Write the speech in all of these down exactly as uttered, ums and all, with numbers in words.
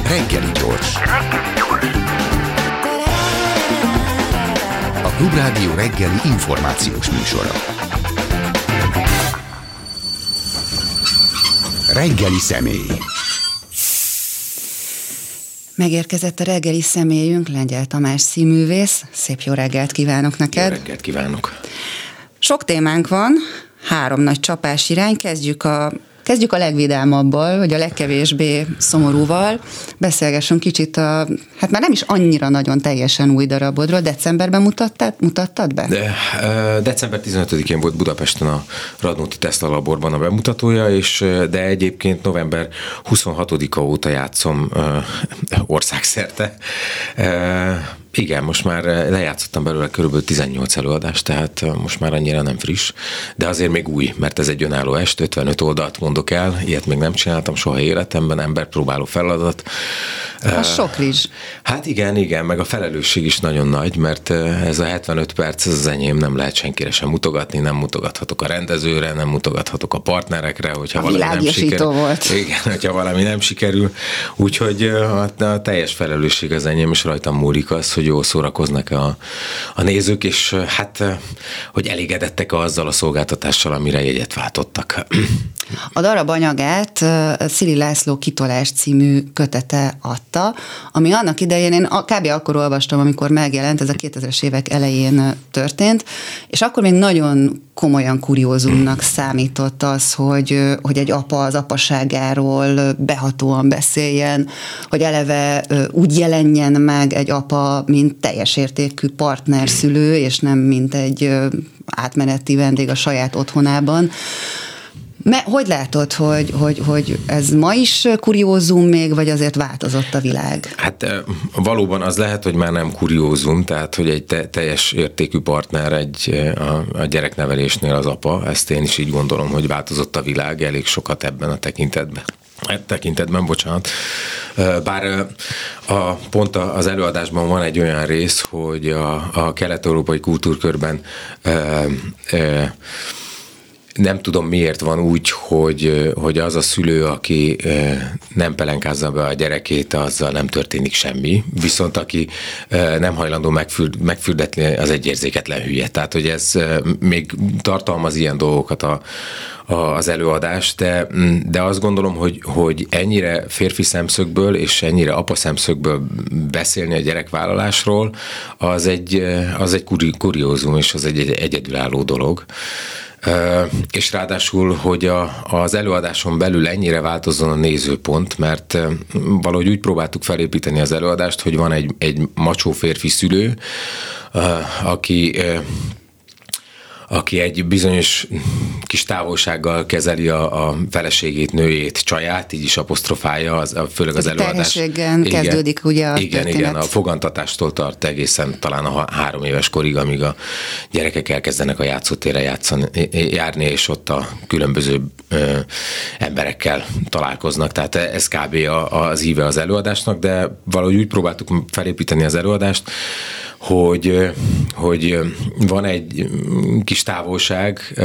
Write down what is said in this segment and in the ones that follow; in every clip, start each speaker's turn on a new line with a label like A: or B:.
A: Reggeli gyors. A Klubrádió reggeli információs műsora. Reggeli személy.
B: Megérkezett a reggeli személyünk, Lengyel Tamás színművész. Szép jó reggelt kívánok neked.
C: Jó reggelt kívánok.
B: Sok témánk van, három nagy csapás irány. Kezdjük a, kezdjük a legvidámabbal, vagy a legkevésbé szomorúval. Beszélgessünk kicsit a, hát már nem is annyira nagyon teljesen új darabodról. Decemberben mutattad, mutattad be?
C: De, december tizenötödikén volt Budapesten a Radnóti Tesla Laborban a bemutatója, és de egyébként november huszonhatodika óta játszom országszerte. Igen, most már lejátszottam belőle körülbelül tizennyolc előadást, tehát most már annyira nem friss, de azért még új, mert ez egy önálló est, ötvenöt oldalt mondok el, ilyet még nem csináltam soha életemben, emberpróbáló feladat.
B: Az sok rizs.
C: Hát igen, igen, meg a felelősség is nagyon nagy, mert ez a hetvenöt perc, ez az enyém, nem lehet senkire sem mutogatni, nem mutogathatok a rendezőre, nem mutogathatok a partnerekre, hogyha
B: a
C: valami nem sikerül.
B: Volt.
C: Igen, hogyha valami nem sikerül. Úgyhogy a, a teljes felelősség az enyém, és rajtam múlik az, hogy jól szórakoznak a, a nézők, és hát, hogy elégedettek azzal a szolgáltatással, amire jegyet váltottak.
B: A darab anyagát Szili László Kitolás című kötete adta, ami annak idején, én kb. Akkor olvastam, amikor megjelent, ez a kétezres évek elején történt, és akkor még nagyon komolyan kuriózumnak számított az, hogy, hogy egy apa az apaságáról behatóan beszéljen, hogy eleve úgy jelenjen meg egy apa, mint teljes értékű partnerszülő, és nem mint egy átmeneti vendég a saját otthonában. Me, hogy látod, hogy, hogy, hogy ez ma is kuriózum még, vagy azért változott a világ?
C: Hát valóban az lehet, hogy már nem kuriózum, tehát hogy egy te, teljes értékű partner egy, a, a gyereknevelésnél az apa, ezt én is így gondolom, hogy változott a világ elég sokat ebben a tekintetben. tekintetben, bocsánat. Bár a, pont az előadásban van egy olyan rész, hogy a, a kelet-európai kultúrkörben e, e, nem tudom miért van úgy, hogy, hogy az a szülő, aki nem pelenkázza be a gyerekét, azzal nem történik semmi, viszont aki nem hajlandó megfürd, megfürdetni, az egy érzéketlen hülye. Tehát, hogy ez még tartalmaz ilyen dolgokat a, az előadás, de, de azt gondolom, hogy, hogy ennyire férfi szemszögből és ennyire apa szemszögből beszélni a gyerekvállalásról, az egy, az egy kuriózum, és az egy egyedülálló dolog. Uh, és ráadásul, hogy a, az előadáson belül ennyire változzon a nézőpont, mert uh, valahogy úgy próbáltuk felépíteni az előadást, hogy van egy, egy macsó férfi szülő, uh, aki uh, aki egy bizonyos kis távolsággal kezeli a, a feleségét, nőjét, csaját, így is apostrofálja, az, főleg az előadás.
B: Terhességen kezdődik ugye a
C: Igen,
B: történet.
C: igen, a fogantatástól tart egészen talán a három éves korig, amíg a gyerekek elkezdenek a játszótérre játszani, járni, és ott a különböző ö, emberekkel találkoznak. Tehát ez kb. Az íve az előadásnak, de valahogy úgy próbáltuk felépíteni az előadást, hogy, hogy van egy kis távolság,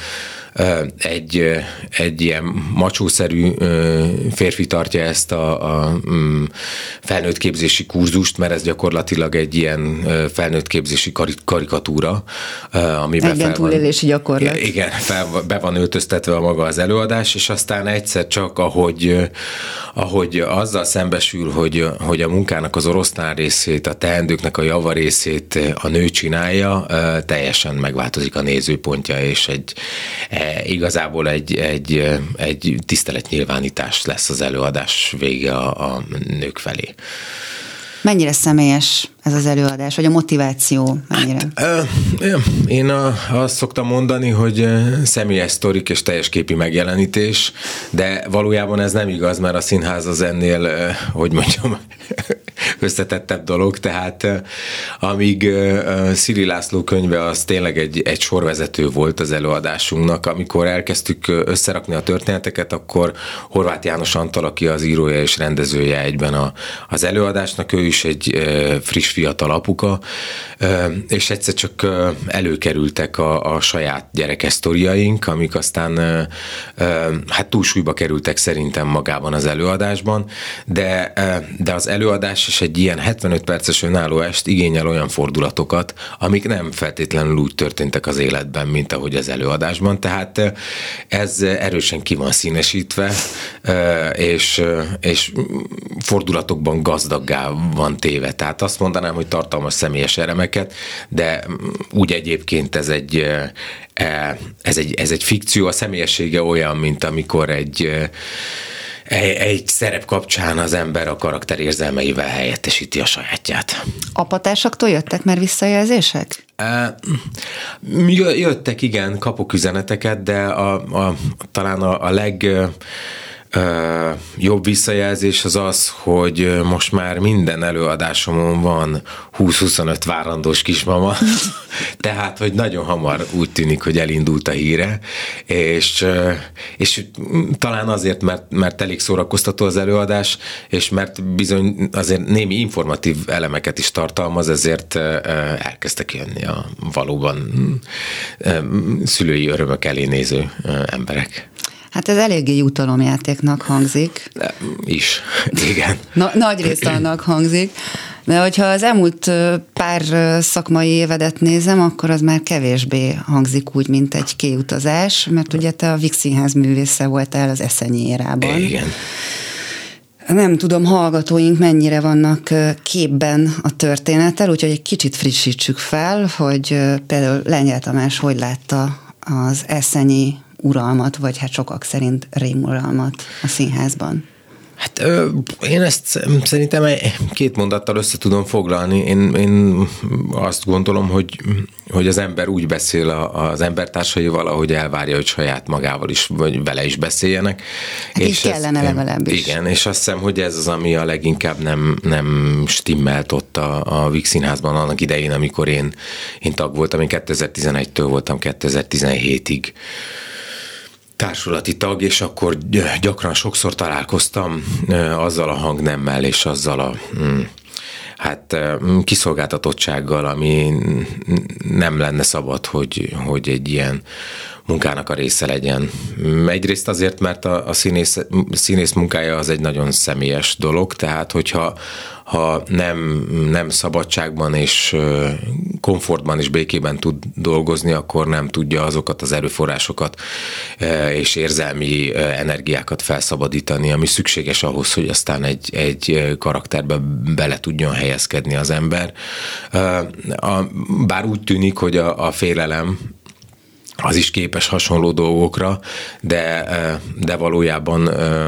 C: egy, egy ilyen macsószerű férfi tartja ezt a, a felnőttképzési kurzust, mert ez gyakorlatilag egy ilyen felnőttképzési karikatúra, amiben
B: egyben túlélési gyakorlat.
C: Igen, fel, be van öltöztetve a maga az előadás, és aztán egyszer csak, ahogy, ahogy azzal szembesül, hogy, hogy a munkának az oroszlán részét, a teendőknek a java részét a nő csinálja, teljesen megváltozik a nézőpontja, és egy igazából egy, egy, egy tiszteletnyilvánítás lesz az előadás vége a, a nők felé.
B: Mennyire személyes ez az előadás, vagy a motiváció mennyire?
C: Hát, én azt szoktam mondani, hogy személyes sztorik és teljes képi megjelenítés, de valójában ez nem igaz, mert a színház az ennél, hogy mondjam, összetettebb dolog, tehát amíg Szili László könyve az tényleg egy, egy sorvezető volt az előadásunknak, amikor elkezdtük összerakni a történeteket, akkor Horváth János Antal, aki az írója és rendezője egyben a, az előadásnak, ő is egy friss fiatal apuka, és egyszer csak előkerültek a, a saját gyerekes sztoriaink, amik aztán hát túlsúlyba kerültek szerintem magában az előadásban, de, de az előadás és egy ilyen hetvenöt perces önálló est igényel olyan fordulatokat, amik nem feltétlenül úgy történtek az életben, mint ahogy az előadásban, tehát ez erősen ki van színesítve, és, és fordulatokban gazdaggá van téve. Tehát azt mondanám, hogy tartalmas személyes elemeket, de úgy egyébként ez egy, ez egy, ez egy fikció, a személyessége olyan, mint amikor egy egy szerep kapcsán az ember a karakter érzelmeivel helyettesíti a sajátját.
B: Apatársaktól jöttek már visszajelzések?
C: Jöttek, igen, kapok üzeneteket, de a, a, talán a, a leg... Uh, jobb visszajelzés az az, hogy most már minden előadásomon van húsz-huszonöt várandós kismama, tehát, hogy nagyon hamar úgy tűnik, hogy elindult a híre, és, és talán azért, mert, mert elég szórakoztató az előadás, és mert bizony azért némi informatív elemeket is tartalmaz, ezért elkezdtek jönni a valóban szülői örömök elé néző emberek.
B: Hát ez eléggé jutalomjátéknak hangzik.
C: De is, igen.
B: Na, nagy részt annak hangzik, de hogyha az elmúlt pár szakmai évedet nézem, akkor az már kevésbé hangzik úgy, mint egy kiutazás, mert ugye te a Víg Színház művésze voltál az Eszenyi érában.
C: Igen.
B: Nem tudom, hallgatóink mennyire vannak képben a történettel, úgyhogy egy kicsit frissítsük fel, hogy például Lengyel Tamás hogy látta az eszenyi uralmat, vagy hát sokak szerint rémuralmat a színházban.
C: Hát ö, én ezt szerintem két mondattal össze tudom foglalni. Én, én azt gondolom, hogy, hogy az ember úgy beszél az embertársaival, ahogy elvárja, hogy saját magával is, vagy vele is beszéljenek.
B: Hát és kellene ez, legalábbis.
C: Igen, és azt hiszem, hogy ez az, ami a leginkább nem, nem stimmelt ott a, a Víg Színházban annak idején, amikor én, én tag voltam. Én kétezer-tizenegytől voltam kétezer-tizenhétig társulati tag, és akkor gyakran sokszor találkoztam azzal a hangnemmel és azzal a hát kiszolgáltatottsággal, ami nem lenne szabad, hogy, hogy egy ilyen munkának a része legyen. Egyrészt azért, mert a, a színész, színész munkája az egy nagyon személyes dolog, tehát hogyha ha nem, nem szabadságban és komfortban és békében tud dolgozni, akkor nem tudja azokat az erőforrásokat és érzelmi energiákat felszabadítani, ami szükséges ahhoz, hogy aztán egy, egy karakterbe bele tudjon helyezkedni az ember. Bár úgy tűnik, hogy a, a félelem az is képes hasonló dolgokra, de, de valójában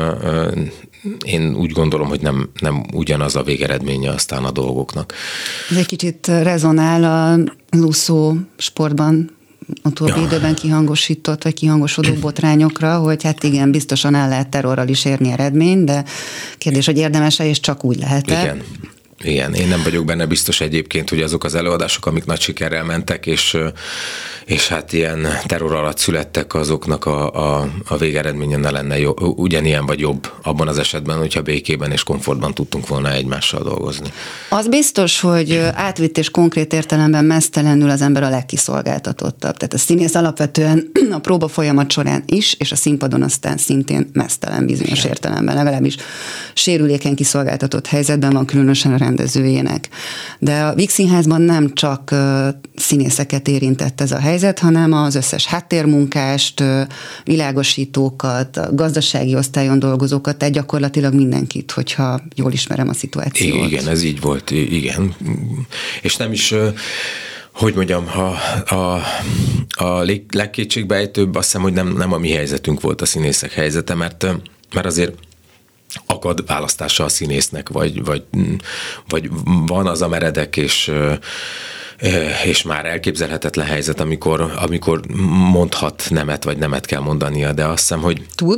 C: én úgy gondolom, hogy nem, nem ugyanaz a végeredménye aztán a dolgoknak.
B: Ez egy kicsit rezonál a Lusso sportban utóbbi ja. időben kihangosított, vagy kihangosodó botrányokra, hogy hát igen, biztosan el lehet terrorral is érni eredményt, de kérdés, hogy érdemes-e, és csak úgy lehet-e?
C: Igen. Igen, én nem vagyok benne biztos egyébként, hogy azok az előadások, amik nagy sikerrel mentek, és, és hát ilyen terror alatt születtek, azoknak a, a, a végeredménye ne lenne jó, ugyanilyen vagy jobb abban az esetben, hogyha békében és komfortban tudtunk volna egymással dolgozni.
B: Az biztos, hogy átvitt és konkrét értelemben meztelenül az ember a legkiszolgáltatottabb. Tehát a színész alapvetően a próba folyamat során is, és a színpadon aztán szintén meztelen bizonyos Igen. értelemben, legalábbis sérülékeny kiszolgáltatott helyzetben van, különösen a rendezőjének. De a Víg Színházban nem csak uh, színészeket érintett ez a helyzet, hanem az összes háttérmunkást, uh, világosítókat, a gazdasági osztályon dolgozókat, tehát gyakorlatilag mindenkit, hogyha jól ismerem a szituációt.
C: Igen, ez így volt, igen. És nem is... Uh... Hogy mondjam, a, a, a legkétségbejtőbb azt hiszem, hogy nem, nem a mi helyzetünk volt a színészek helyzete, mert, mert azért akad választása a színésznek, vagy, vagy, vagy van az a meredek és, és már elképzelhetetlen helyzet, amikor, amikor mondhat nemet, vagy nemet kell mondania, de azt hiszem, hogy...
B: Tud?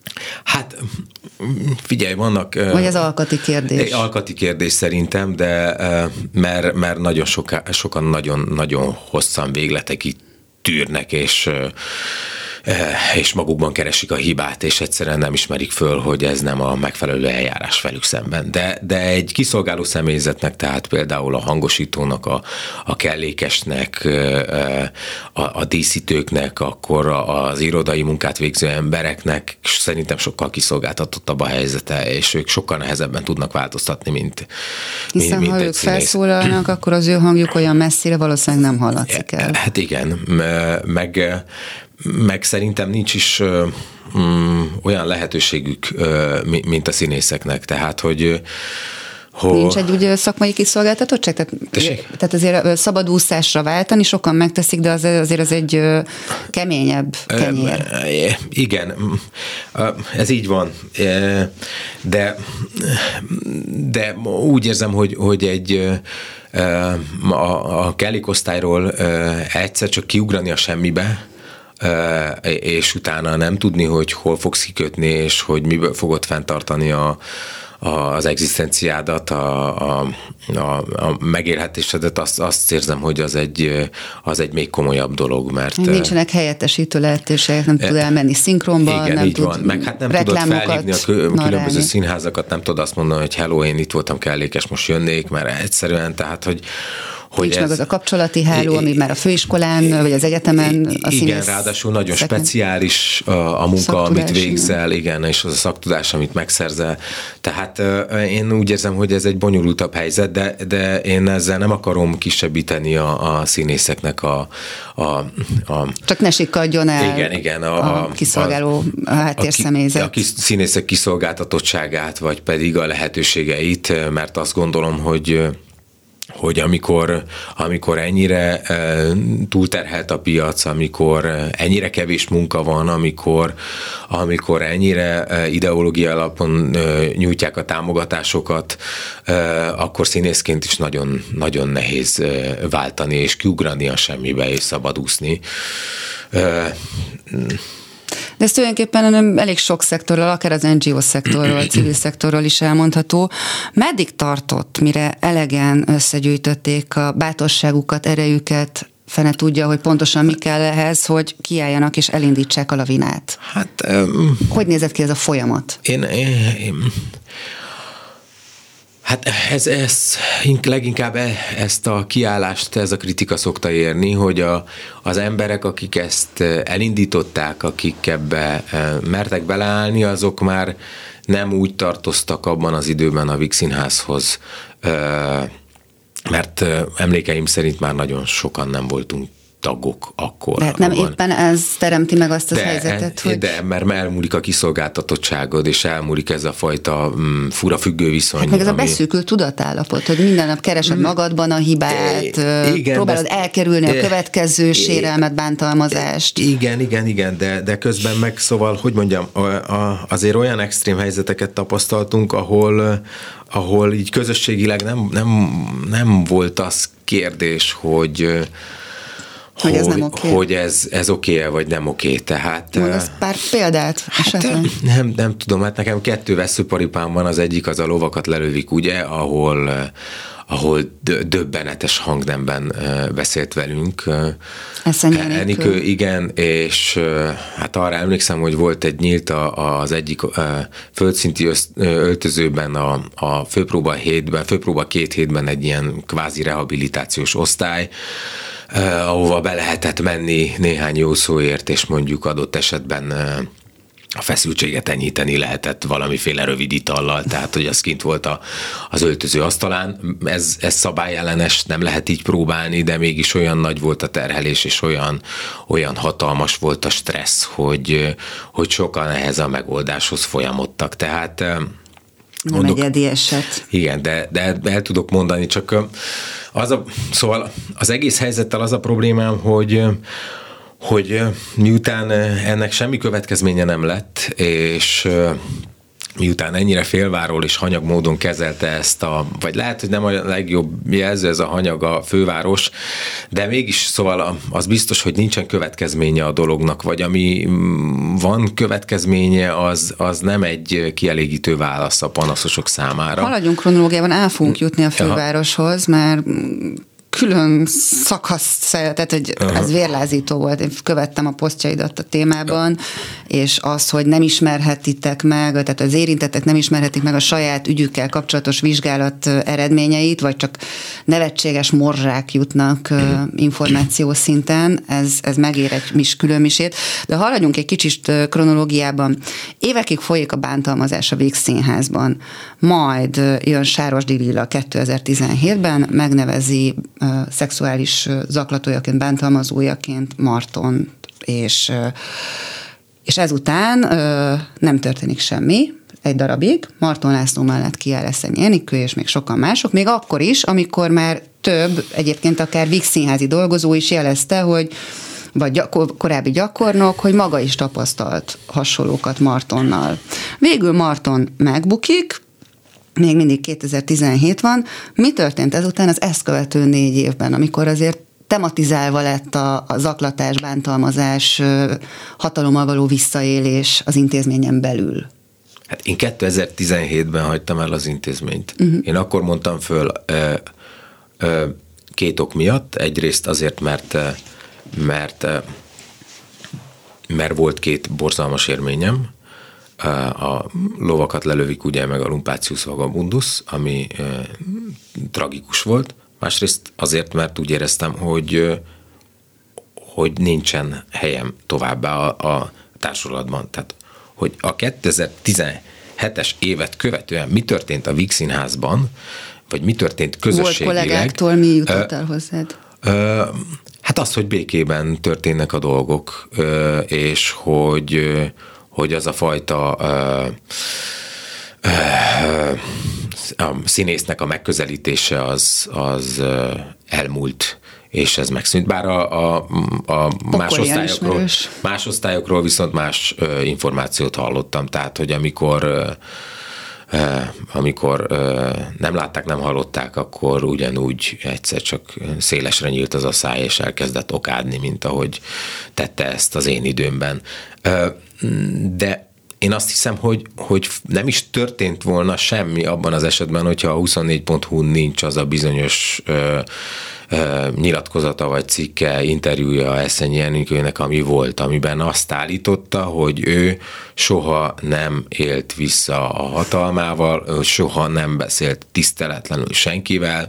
C: Hát figyelj, vannak...
B: Vagy az alkati kérdés?
C: Alkati kérdés szerintem, de mert, mert nagyon soka, sokan nagyon-nagyon hosszan végletekig tűrnek, és és magukban keresik a hibát, és egyszerűen nem ismerik föl, hogy ez nem a megfelelő eljárás velük szemben. De, de egy kiszolgáló személyzetnek, tehát például a hangosítónak, a, a kellékesnek, a, a díszítőknek, akkor az irodai munkát végző embereknek szerintem sokkal kiszolgáltatottabb a helyzete, és ők sokkal nehezebben tudnak változtatni, mint,
B: Hiszen
C: mint
B: ha
C: egy
B: ők
C: színész.
B: Felszólalnak, akkor az ő hangjuk olyan messzire valószínűleg nem hallatszik el.
C: Hát igen, meg meg szerintem nincs is um, olyan lehetőségük, uh, mint a színészeknek, tehát, hogy Ho...
B: Nincs egy úgy szakmai kiszolgáltatottság? Tehát, tehát azért szabadúszásra váltani sokan megteszik, de az, azért az egy keményebb kenyér.
C: Igen, ez így van. De, de úgy érzem, hogy, hogy egy a, a kellékosztályról egyszer csak kiugrani a semmibe, és utána nem tudni, hogy hol fogsz kikötni, és hogy miből fogod fenntartani a, a, az egzisztenciádat, a, a, a, a megélhetésedet, azt, azt érzem, hogy az egy, az egy még komolyabb dolog, mert...
B: Nincsenek helyettesítő lehetőségek, nem tud elmenni szinkronba,
C: igen,
B: nem
C: így
B: tud
C: van. Meg hát nem tudod felhívni a különböző színházakat, nem tudod azt mondani, hogy hello, én itt voltam kellékes, most jönnék, mert egyszerűen, tehát, hogy Hogy
B: Nincs
C: ez,
B: meg az a kapcsolati háló, ami már a főiskolán, vagy az egyetemen a színész...
C: Igen, ráadásul nagyon szekben. Speciális a, a munka, szaktudás, amit végzel, igen. igen, és az a szaktudás, amit megszerzel. Tehát én úgy érzem, hogy ez egy bonyolultabb helyzet, de, de én ezzel nem akarom kisebbíteni a, a színészeknek a, a, a...
B: Csak ne sikkadjon el
C: igen, igen,
B: a, a kiszolgáló a, háttérszemélyzet.
C: A, a színészek kiszolgáltatottságát, vagy pedig a lehetőségeit, mert azt gondolom, hogy hogy amikor, amikor ennyire e, túlterhelt a piac, amikor ennyire kevés munka van, amikor, amikor ennyire e, ideológia alapon e, nyújtják a támogatásokat, e, akkor színészként is nagyon, nagyon nehéz e, váltani, és kiugrani a semmibe, és szabadúszni. E,
B: De ez tulajdonképpen elég sok szektorral, akár az en gé o szektorról, a civil szektorról is elmondható. Meddig tartott, mire elegen összegyűjtötték a bátorságukat, erejüket, fene tudja, hogy pontosan mi kell ehhez, hogy kiálljanak és elindítsák a lavinát?
C: Hát... Um,
B: hogy nézett ki ez a folyamat?
C: Én... én, én Hát ez, ez leginkább ezt a kiállást, ez a kritika szokta érni, hogy a, az emberek, akik ezt elindították, akik ebbe mertek beleállni, azok már nem úgy tartoztak abban az időben a Víg Színházhoz, mert emlékeim szerint már nagyon sokan nem voltunk tagok akkor.
B: Tehát nem abban. Éppen ez teremti meg azt a helyzetet, hogy...
C: De, mert elmúlik a kiszolgáltatottságod, és elmúlik ez a fajta mm, fura függő viszony.
B: Hát meg ez ami... a beszűkült tudatállapot, hogy minden nap keresed magadban a hibát, igen, próbálod de... elkerülni a következő sérelmet, bántalmazást.
C: Igen, igen, igen, de, de közben meg szóval, hogy mondjam, a, a, azért olyan extrém helyzeteket tapasztaltunk, ahol, ahol így közösségileg nem, nem, nem volt az kérdés, hogy
B: Hogy ez nem oké.
C: Hogy ez, ez oké-e, vagy nem oké. Tehát...
B: Mondasz pár példát?
C: Hát, nem, nem tudom, hát nekem kettő veszőparipám van, az egyik az a Lovakat lelövik, ugye, ahol, ahol döbbenetes hangnemben beszélt velünk.
B: Eszeny Enikő.
C: Enikő, igen, és hát arra emlékszem, hogy volt egy nyílt az egyik földszinti öltözőben a, a főpróba hétben, főpróba két hétben egy ilyen kvázi rehabilitációs osztály, Uh, ahova be lehetett menni néhány jó szóért, és mondjuk adott esetben uh, a feszültséget enyhíteni lehetett valamiféle rövid itallal, tehát hogy az kint volt a, az öltöző asztalán. Ez, ez szabályellenes, nem lehet így próbálni, de mégis olyan nagy volt a terhelés, és olyan, olyan hatalmas volt a stressz, hogy, hogy sokan ehhez a megoldáshoz folyamodtak. Tehát uh,
B: nem
C: mondok,
B: egyedi eset.
C: Igen, de, de el tudok mondani, csak az a, szóval az egész helyzettel az a problémám, hogy, hogy miután ennek semmi következménye nem lett, és miután ennyire félváról és hanyag módon kezelte ezt a, vagy lehet, hogy nem a legjobb jelző ez a hanyag a főváros, de mégis szóval az biztos, hogy nincsen következménye a dolognak, vagy ami van következménye, az, az nem egy kielégítő válasz a panaszosok számára.
B: Haladjunk kronológiában, el fogunk jutni a fővároshoz, mert külön szakasz, tehát hogy ez vérlázító volt. Én követtem a posztjaidat a témában, és az, hogy nem ismerhetitek meg, tehát az érintettek nem ismerhetik meg a saját ügyükkel kapcsolatos vizsgálat eredményeit, vagy csak nevetséges morzsák jutnak uh-huh. információ szinten, ez, ez megér egy mis különmisét. De haladjunk egy kicsit kronológiában. Évekig folyik a bántalmazás a Vígszínházban. Majd jön Sáros Lilla kétezer-tizenhétben, megnevezi szexuális zaklatójaként, bántalmazójaként Marton, és, és ezután nem történik semmi, egy darabig. Marton László mellett kiáll Eszenyi Enikő, és még sokan mások, még akkor is, amikor már több, egyébként akár vígszínházi dolgozó is jelezte, hogy vagy gyakor, korábbi gyakornok, hogy maga is tapasztalt hasonlókat Martonnal. Végül Marton megbukik, még mindig kétezer-tizenhét van. Mi történt ezután az ezt követő négy évben, amikor azért tematizálva lett a, a zaklatás, bántalmazás, hatalommal való visszaélés az intézményen belül?
C: Hát én kétezer-tizenhétben hagytam el az intézményt. Uh-huh. Én akkor mondtam föl ö, ö, két ok miatt. Egyrészt azért, mert, mert, mert volt két borzalmas élményem. A lovakat lelövik, ugye, meg a Lumpácius vagabundus, ami e, tragikus volt. Másrészt azért, mert úgy éreztem, hogy, hogy nincsen helyem továbbá a, a társulatban. Tehát, hogy a kétezer-tizenhetes évet követően mi történt a Vígszínházban, vagy mi történt közösségileg.
B: Volt kollégáktól mi jutott el hozzád?
C: Ö, hát az, hogy békében történnek a dolgok, ö, és hogy hogy az a fajta ö, ö, a színésznek a megközelítése az, az ö, elmúlt, és ez megszűnt. Bár a, a, a más, osztályokról, más osztályokról viszont más ö, információt hallottam, tehát, hogy amikor ö, amikor nem látták, nem hallották, akkor ugyanúgy egyszer csak szélesre nyílt az a száj, és elkezdett okádni, mint ahogy tette ezt az én időmben. De én azt hiszem, hogy, hogy nem is történt volna semmi abban az esetben, hogyha a huszonnégy pont hu nincs az a bizonyos ö, ö, nyilatkozata vagy cikke, interjúja Eszenyi Enikőnek, ami volt, amiben azt állította, hogy ő soha nem élt vissza a hatalmával, soha nem beszélt tiszteletlenül senkivel.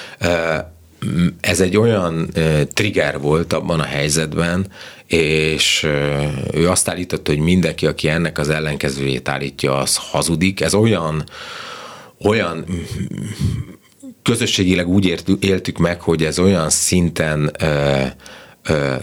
C: Ez egy olyan trigger volt abban a helyzetben, és ő azt állította, hogy mindenki, aki ennek az ellenkezőjét állítja, az hazudik. Ez olyan, olyan közösségileg úgy éltük meg, hogy ez olyan szinten ö, ö,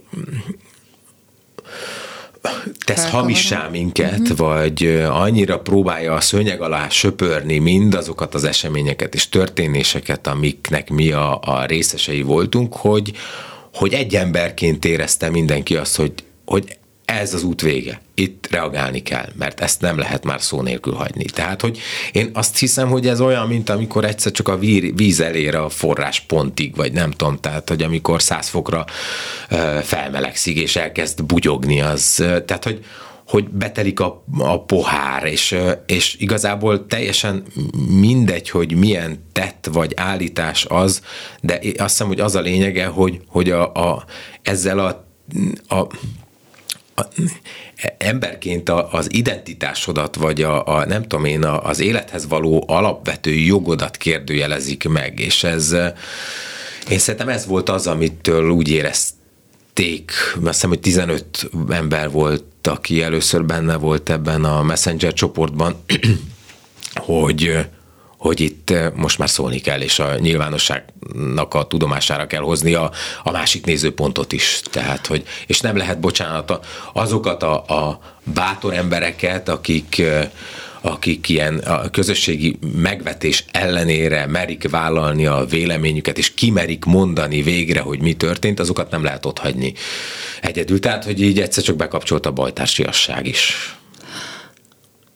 C: tesz hamissá minket, uh-huh. vagy annyira próbálja a szőnyeg alá söpörni mindazokat az eseményeket és történéseket, amiknek mi a, a részesei voltunk, hogy, hogy egy emberként érezte mindenki azt, hogy, hogy ez az út vége. Itt reagálni kell, mert ezt nem lehet már szó nélkül hagyni. Tehát, hogy én azt hiszem, hogy ez olyan, mint amikor egyszer csak a víz elér a forrás pontig, vagy nem tudom, tehát, hogy amikor száz fokra felmelegszik, és elkezd bugyogni, az, tehát, hogy, hogy betelik a, a pohár, és, és igazából teljesen mindegy, hogy milyen tett vagy állítás az, de azt hiszem, hogy az a lényege, hogy, hogy a, a, ezzel a, a A, emberként a, az identitásodat, vagy a, a nem tudom én, a, az élethez való alapvető jogodat kérdőjelezik meg, és ez, én szerintem ez volt az, amitől úgy érezték, azt hiszem, hogy tizenöt ember volt, aki először benne volt ebben a Messenger csoportban, hogy hogy itt most már szólni kell, és a nyilvánosságnak a tudomására kell hozni a, a másik nézőpontot is. Tehát, hogy, és nem lehet, bocsánat, azokat a, a bátor embereket, akik, akik ilyen a közösségi megvetés ellenére merik vállalni a véleményüket, és kimerik mondani végre, hogy mi történt, azokat nem lehet otthagyni egyedül. Tehát, hogy így egyszer csak bekapcsolt a bajtársiasság is.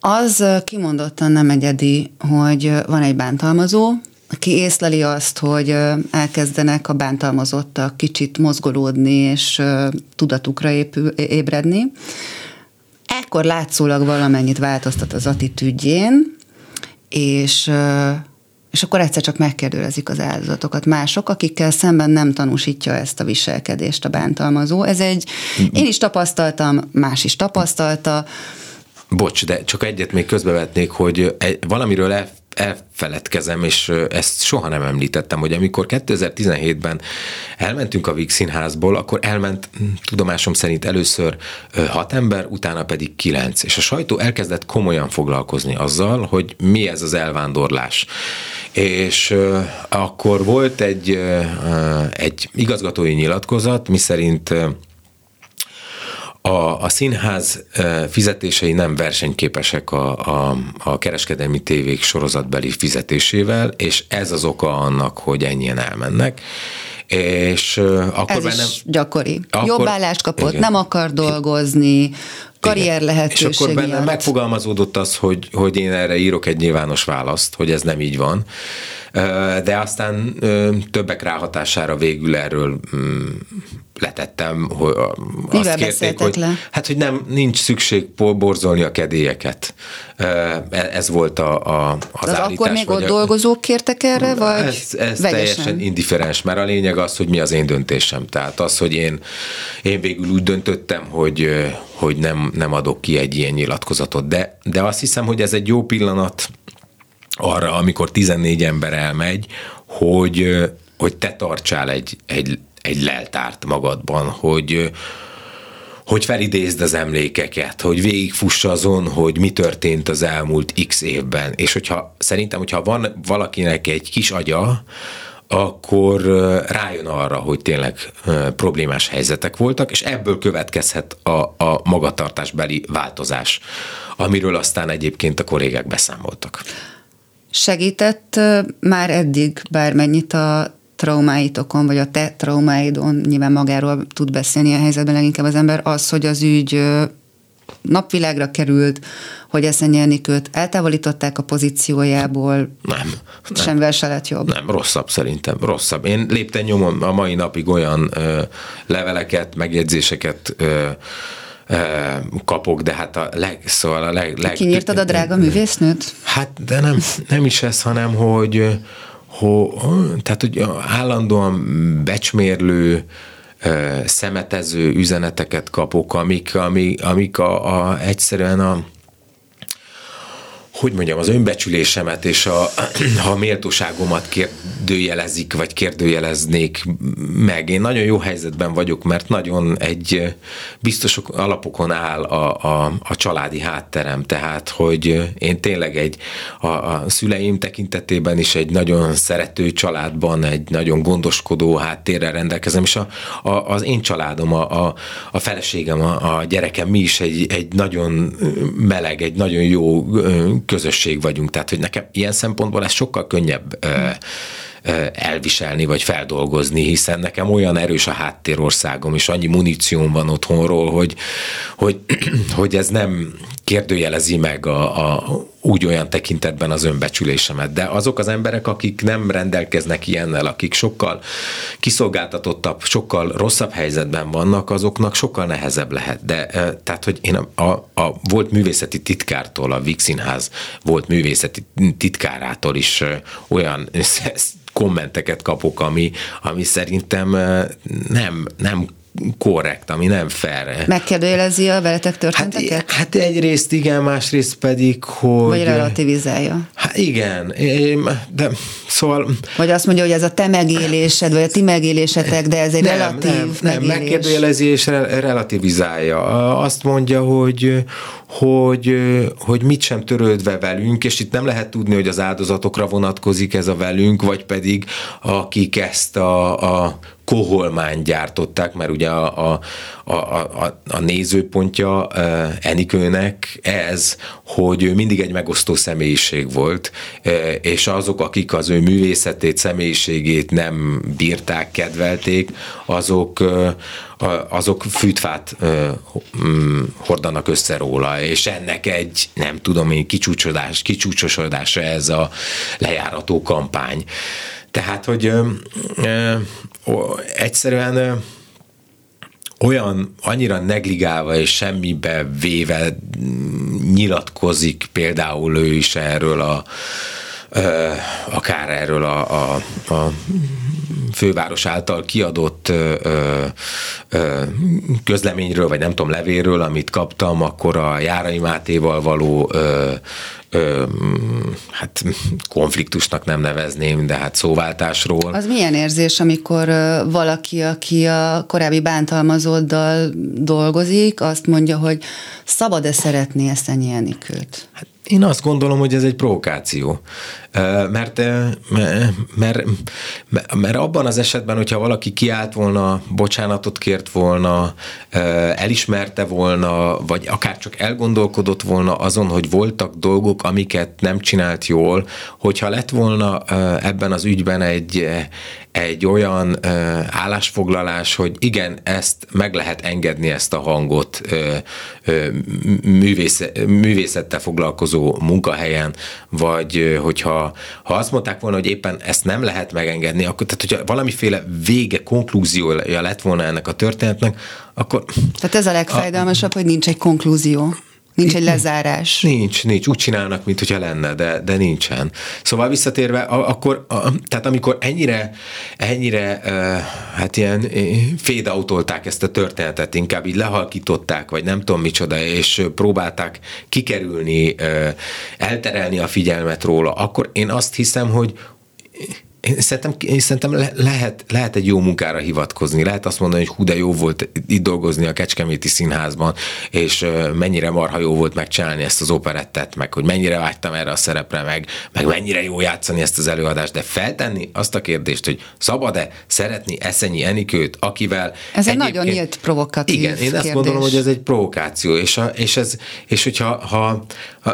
B: Az kimondottan nem egyedi, hogy van egy bántalmazó, aki észleli azt, hogy elkezdenek a bántalmazottak kicsit mozgolódni és tudatukra épül, ébredni. Ekkor látszólag valamennyit változtat az attitűdjén, és, és akkor egyszer csak megkérdőlezik az áldozatokat. Mások, akikkel szemben nem tanúsítja ezt a viselkedést a bántalmazó. Ez egy, én is tapasztaltam, más is tapasztalta.
C: Bocs, de csak egyet még közbevetnék, hogy valamiről el, elfeledkezem, és ezt soha nem említettem, hogy amikor kétezer-tizenhétben elmentünk a Víg Színházból, akkor elment tudomásom szerint először hat ember, utána pedig kilenc. És a sajtó elkezdett komolyan foglalkozni azzal, hogy mi ez az elvándorlás. És akkor volt egy, egy igazgatói nyilatkozat, miszerint A, a színház fizetései nem versenyképesek a, a, a kereskedelmi tévék sorozatbeli fizetésével, és ez az oka annak, hogy ennyien elmennek. És akkor
B: ez
C: bennem,
B: is gyakori.
C: Akkor,
B: Jobb állást kapott,
C: igen.
B: Nem akar dolgozni, karrier lehetőség
C: És akkor bennem
B: miatt.
C: megfogalmazódott az, hogy, hogy én erre írok egy nyilvános választ, hogy ez nem így van. De aztán többek ráhatására végül erről letettem, hogy azt
B: Mivel
C: kérték, hogy,
B: le?
C: hát, hogy nem, nincs szükség borzolni a kedélyeket. Ez volt a, a, az
B: az
C: állítás.
B: akkor még ott
C: a,
B: dolgozók kértek erre, vagy
C: Ez, ez
B: vegyesen?
C: teljesen indiferens, mert a lényeg az, hogy mi az én döntésem. Tehát az, hogy én, én végül úgy döntöttem, hogy, hogy nem, nem adok ki egy ilyen nyilatkozatot. De, de azt hiszem, hogy ez egy jó pillanat arra, amikor tizennégy ember elmegy, hogy, hogy te tartsál egy, egy, egy leltárt magadban, hogy, hogy felidézd az emlékeket, hogy végigfussa azon, hogy mi történt az elmúlt x évben. És hogyha szerintem, hogyha van valakinek egy kis agya, akkor rájön arra, hogy tényleg problémás helyzetek voltak, és ebből következhet a, a magatartásbeli változás, amiről aztán egyébként a kollégák beszámoltak.
B: Segített már eddig bármennyit a traumáitokon, vagy a te traumáidon, nyilván magáról tud beszélni a helyzetben leginkább az ember, az, hogy az ügy napvilágra került, hogy Eszenyi Enikőt eltávolították a pozíciójából.
C: Nem. nem.
B: Semmivel se lett jobb.
C: Nem, rosszabb szerintem, rosszabb. Én lépten nyomom a mai napig olyan ö, leveleket, megjegyzéseket ö, ö, kapok, de hát a leg, szóval a leg... leg
B: Kinyírtad a drága művésznőt?
C: Hát, de nem, nem is ez, hanem, hogy, hogy tehát, hogy állandóan becsmérlő, szemetező üzeneteket kapok, amik, amik, amik a, a, egyszerűen a hogy mondjam, az önbecsülésemet és a, a méltóságomat kérdőjelezik, vagy kérdőjeleznék meg. Én nagyon jó helyzetben vagyok, mert nagyon egy biztos alapokon áll a, a, a családi hátterem, tehát, hogy én tényleg egy a, a szüleim tekintetében is egy nagyon szerető családban, egy nagyon gondoskodó háttérrel rendelkezem, és a, a, az én családom, a, a, a feleségem, a, a gyerekem, mi is egy, egy nagyon meleg, egy nagyon jó közösség vagyunk, tehát hogy nekem ilyen szempontból ez sokkal könnyebb ö, ö, elviselni, vagy feldolgozni, hiszen nekem olyan erős a háttérországom, és annyi munícióm van otthonról, hogy, hogy, hogy ez nem kérdőjelezi meg a, a, úgy olyan tekintetben az önbecsülésemet. De azok az emberek, akik nem rendelkeznek ilyennel, akik sokkal kiszolgáltatottabb, sokkal rosszabb helyzetben vannak, azoknak sokkal nehezebb lehet. De tehát, hogy én a, a, a volt művészeti titkártól, a Víg Színház volt művészeti titkárától is olyan kommenteket kapok, ami, ami szerintem nem, nem korrekt, ami nem fair.
B: Megkérdőjelezi a veletek történteket?
C: Hát, hát egyrészt igen, másrészt pedig, hogy...
B: Vagy relativizálja?
C: Hát igen, de szóval...
B: Vagy azt mondja, hogy ez a te megélésed, vagy a ti megélésetek, de ez egy nem, relatív
C: nem, nem,
B: megélés.
C: Megkérdőjelezi és relativizálja. Azt mondja, hogy, hogy, hogy mit sem törődve velünk, és itt nem lehet tudni, hogy az áldozatokra vonatkozik ez a velünk, vagy pedig akik ezt a, a koholmányt gyártották, mert ugye a, a, a, a, a nézőpontja Enikőnek ez, hogy ő mindig egy megosztó személyiség volt, és azok, akik az ő művészetét, személyiségét nem bírták, kedvelték, azok, azok fűtfát hordanak össze róla, és ennek egy, nem tudom én, kicsúcsodás, kicsúcsosodása ez a lejárató kampány. Tehát, hogy ö, ö, ö, egyszerűen ö, olyan, annyira negligálva és semmibe véve nyilatkozik például ő is erről a ö, akár erről a, a, a főváros által kiadott ö, ö, közleményről, vagy nem tudom, levélről, amit kaptam, akkor a Járai Mátéval való ö, ö, hát konfliktusnak nem nevezném, de hát szóváltásról.
B: Az milyen érzés, amikor valaki, aki a korábbi bántalmazóddal dolgozik, azt mondja, hogy szabad-e szeretni Eszenyi Enikőt?
C: Hát én azt gondolom, hogy ez egy provokáció. Mert, mert, mert abban az esetben, hogyha valaki kiállt volna, bocsánatot kért volna, elismerte volna, vagy akár csak elgondolkodott volna azon, hogy voltak dolgok, amiket nem csinált jól, hogyha lett volna ebben az ügyben egy, egy olyan állásfoglalás, hogy igen, ezt meg lehet engedni, ezt a hangot művészet, művészettel foglalkozó munkahelyen, vagy hogyha ha azt mondták volna, hogy éppen ezt nem lehet megengedni, akkor, tehát hogyha valamiféle vége, konklúziója lett volna ennek a történetnek, akkor...
B: Tehát ez a legfájdalmasabb, a, hogy nincs egy konklúzió. Nincs egy lezárás.
C: Nincs, nincs. Úgy csinálnak, mintha lenne, de, de nincsen. Szóval visszatérve, akkor, a, tehát amikor ennyire, ennyire hát ilyen fade-outolták ezt a történetet, inkább így lehalkították, vagy nem tudom micsoda, és próbálták kikerülni, elterelni a figyelmet róla, akkor én azt hiszem, hogy Én szerintem, én szerintem le, lehet, lehet egy jó munkára hivatkozni, lehet azt mondani, hogy hú, de jó volt itt dolgozni a Kecskeméti Színházban, és mennyire marha jó volt megcsinálni ezt az operettet, meg hogy mennyire vágytam erre a szerepre, meg, meg mennyire jó játszani ezt az előadást, de feltenni azt a kérdést, hogy szabad-e szeretni Eszenyi Enikőt, akivel...
B: Ez egy nagyon nyílt provokatív
C: Igen, én
B: kérdés.
C: azt gondolom, hogy ez egy provokáció, és, a, és, ez, és hogyha ha, ha,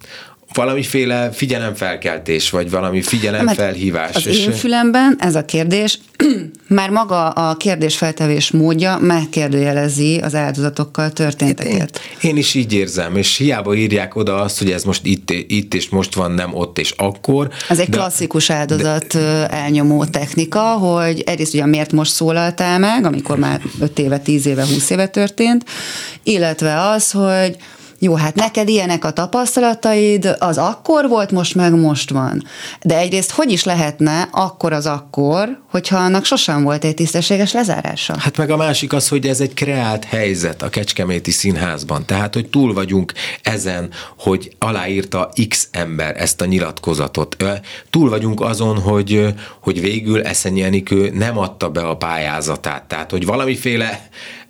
C: valamiféle figyelemfelkeltés, vagy valami figyelemfelhívás.
B: Az én fülemben ez a kérdés, már maga a kérdésfeltevés módja megkérdőjelezi az áldozatokkal történteket.
C: Én, én is így érzem, és hiába írják oda azt, hogy ez most itt, itt és most van, nem ott és akkor.
B: Ez egy de, klasszikus áldozat de, elnyomó technika, hogy egyrészt ugye miért most szólaltál meg, amikor már öt éve, tíz éve, húsz éve történt, illetve az, hogy jó, hát neked ilyenek a tapasztalataid, az akkor volt, most meg most van. De egyrészt hogy is lehetne akkor az akkor, hogyha annak sosem volt egy tisztességes lezárása?
C: Hát meg a másik az, hogy ez egy kreált helyzet a Kecskeméti Színházban. Tehát, hogy túl vagyunk ezen, hogy aláírta X ember ezt a nyilatkozatot. Túl vagyunk azon, hogy, hogy végül Eszenyi Enikő nem adta be a pályázatát. Tehát, hogy valamiféle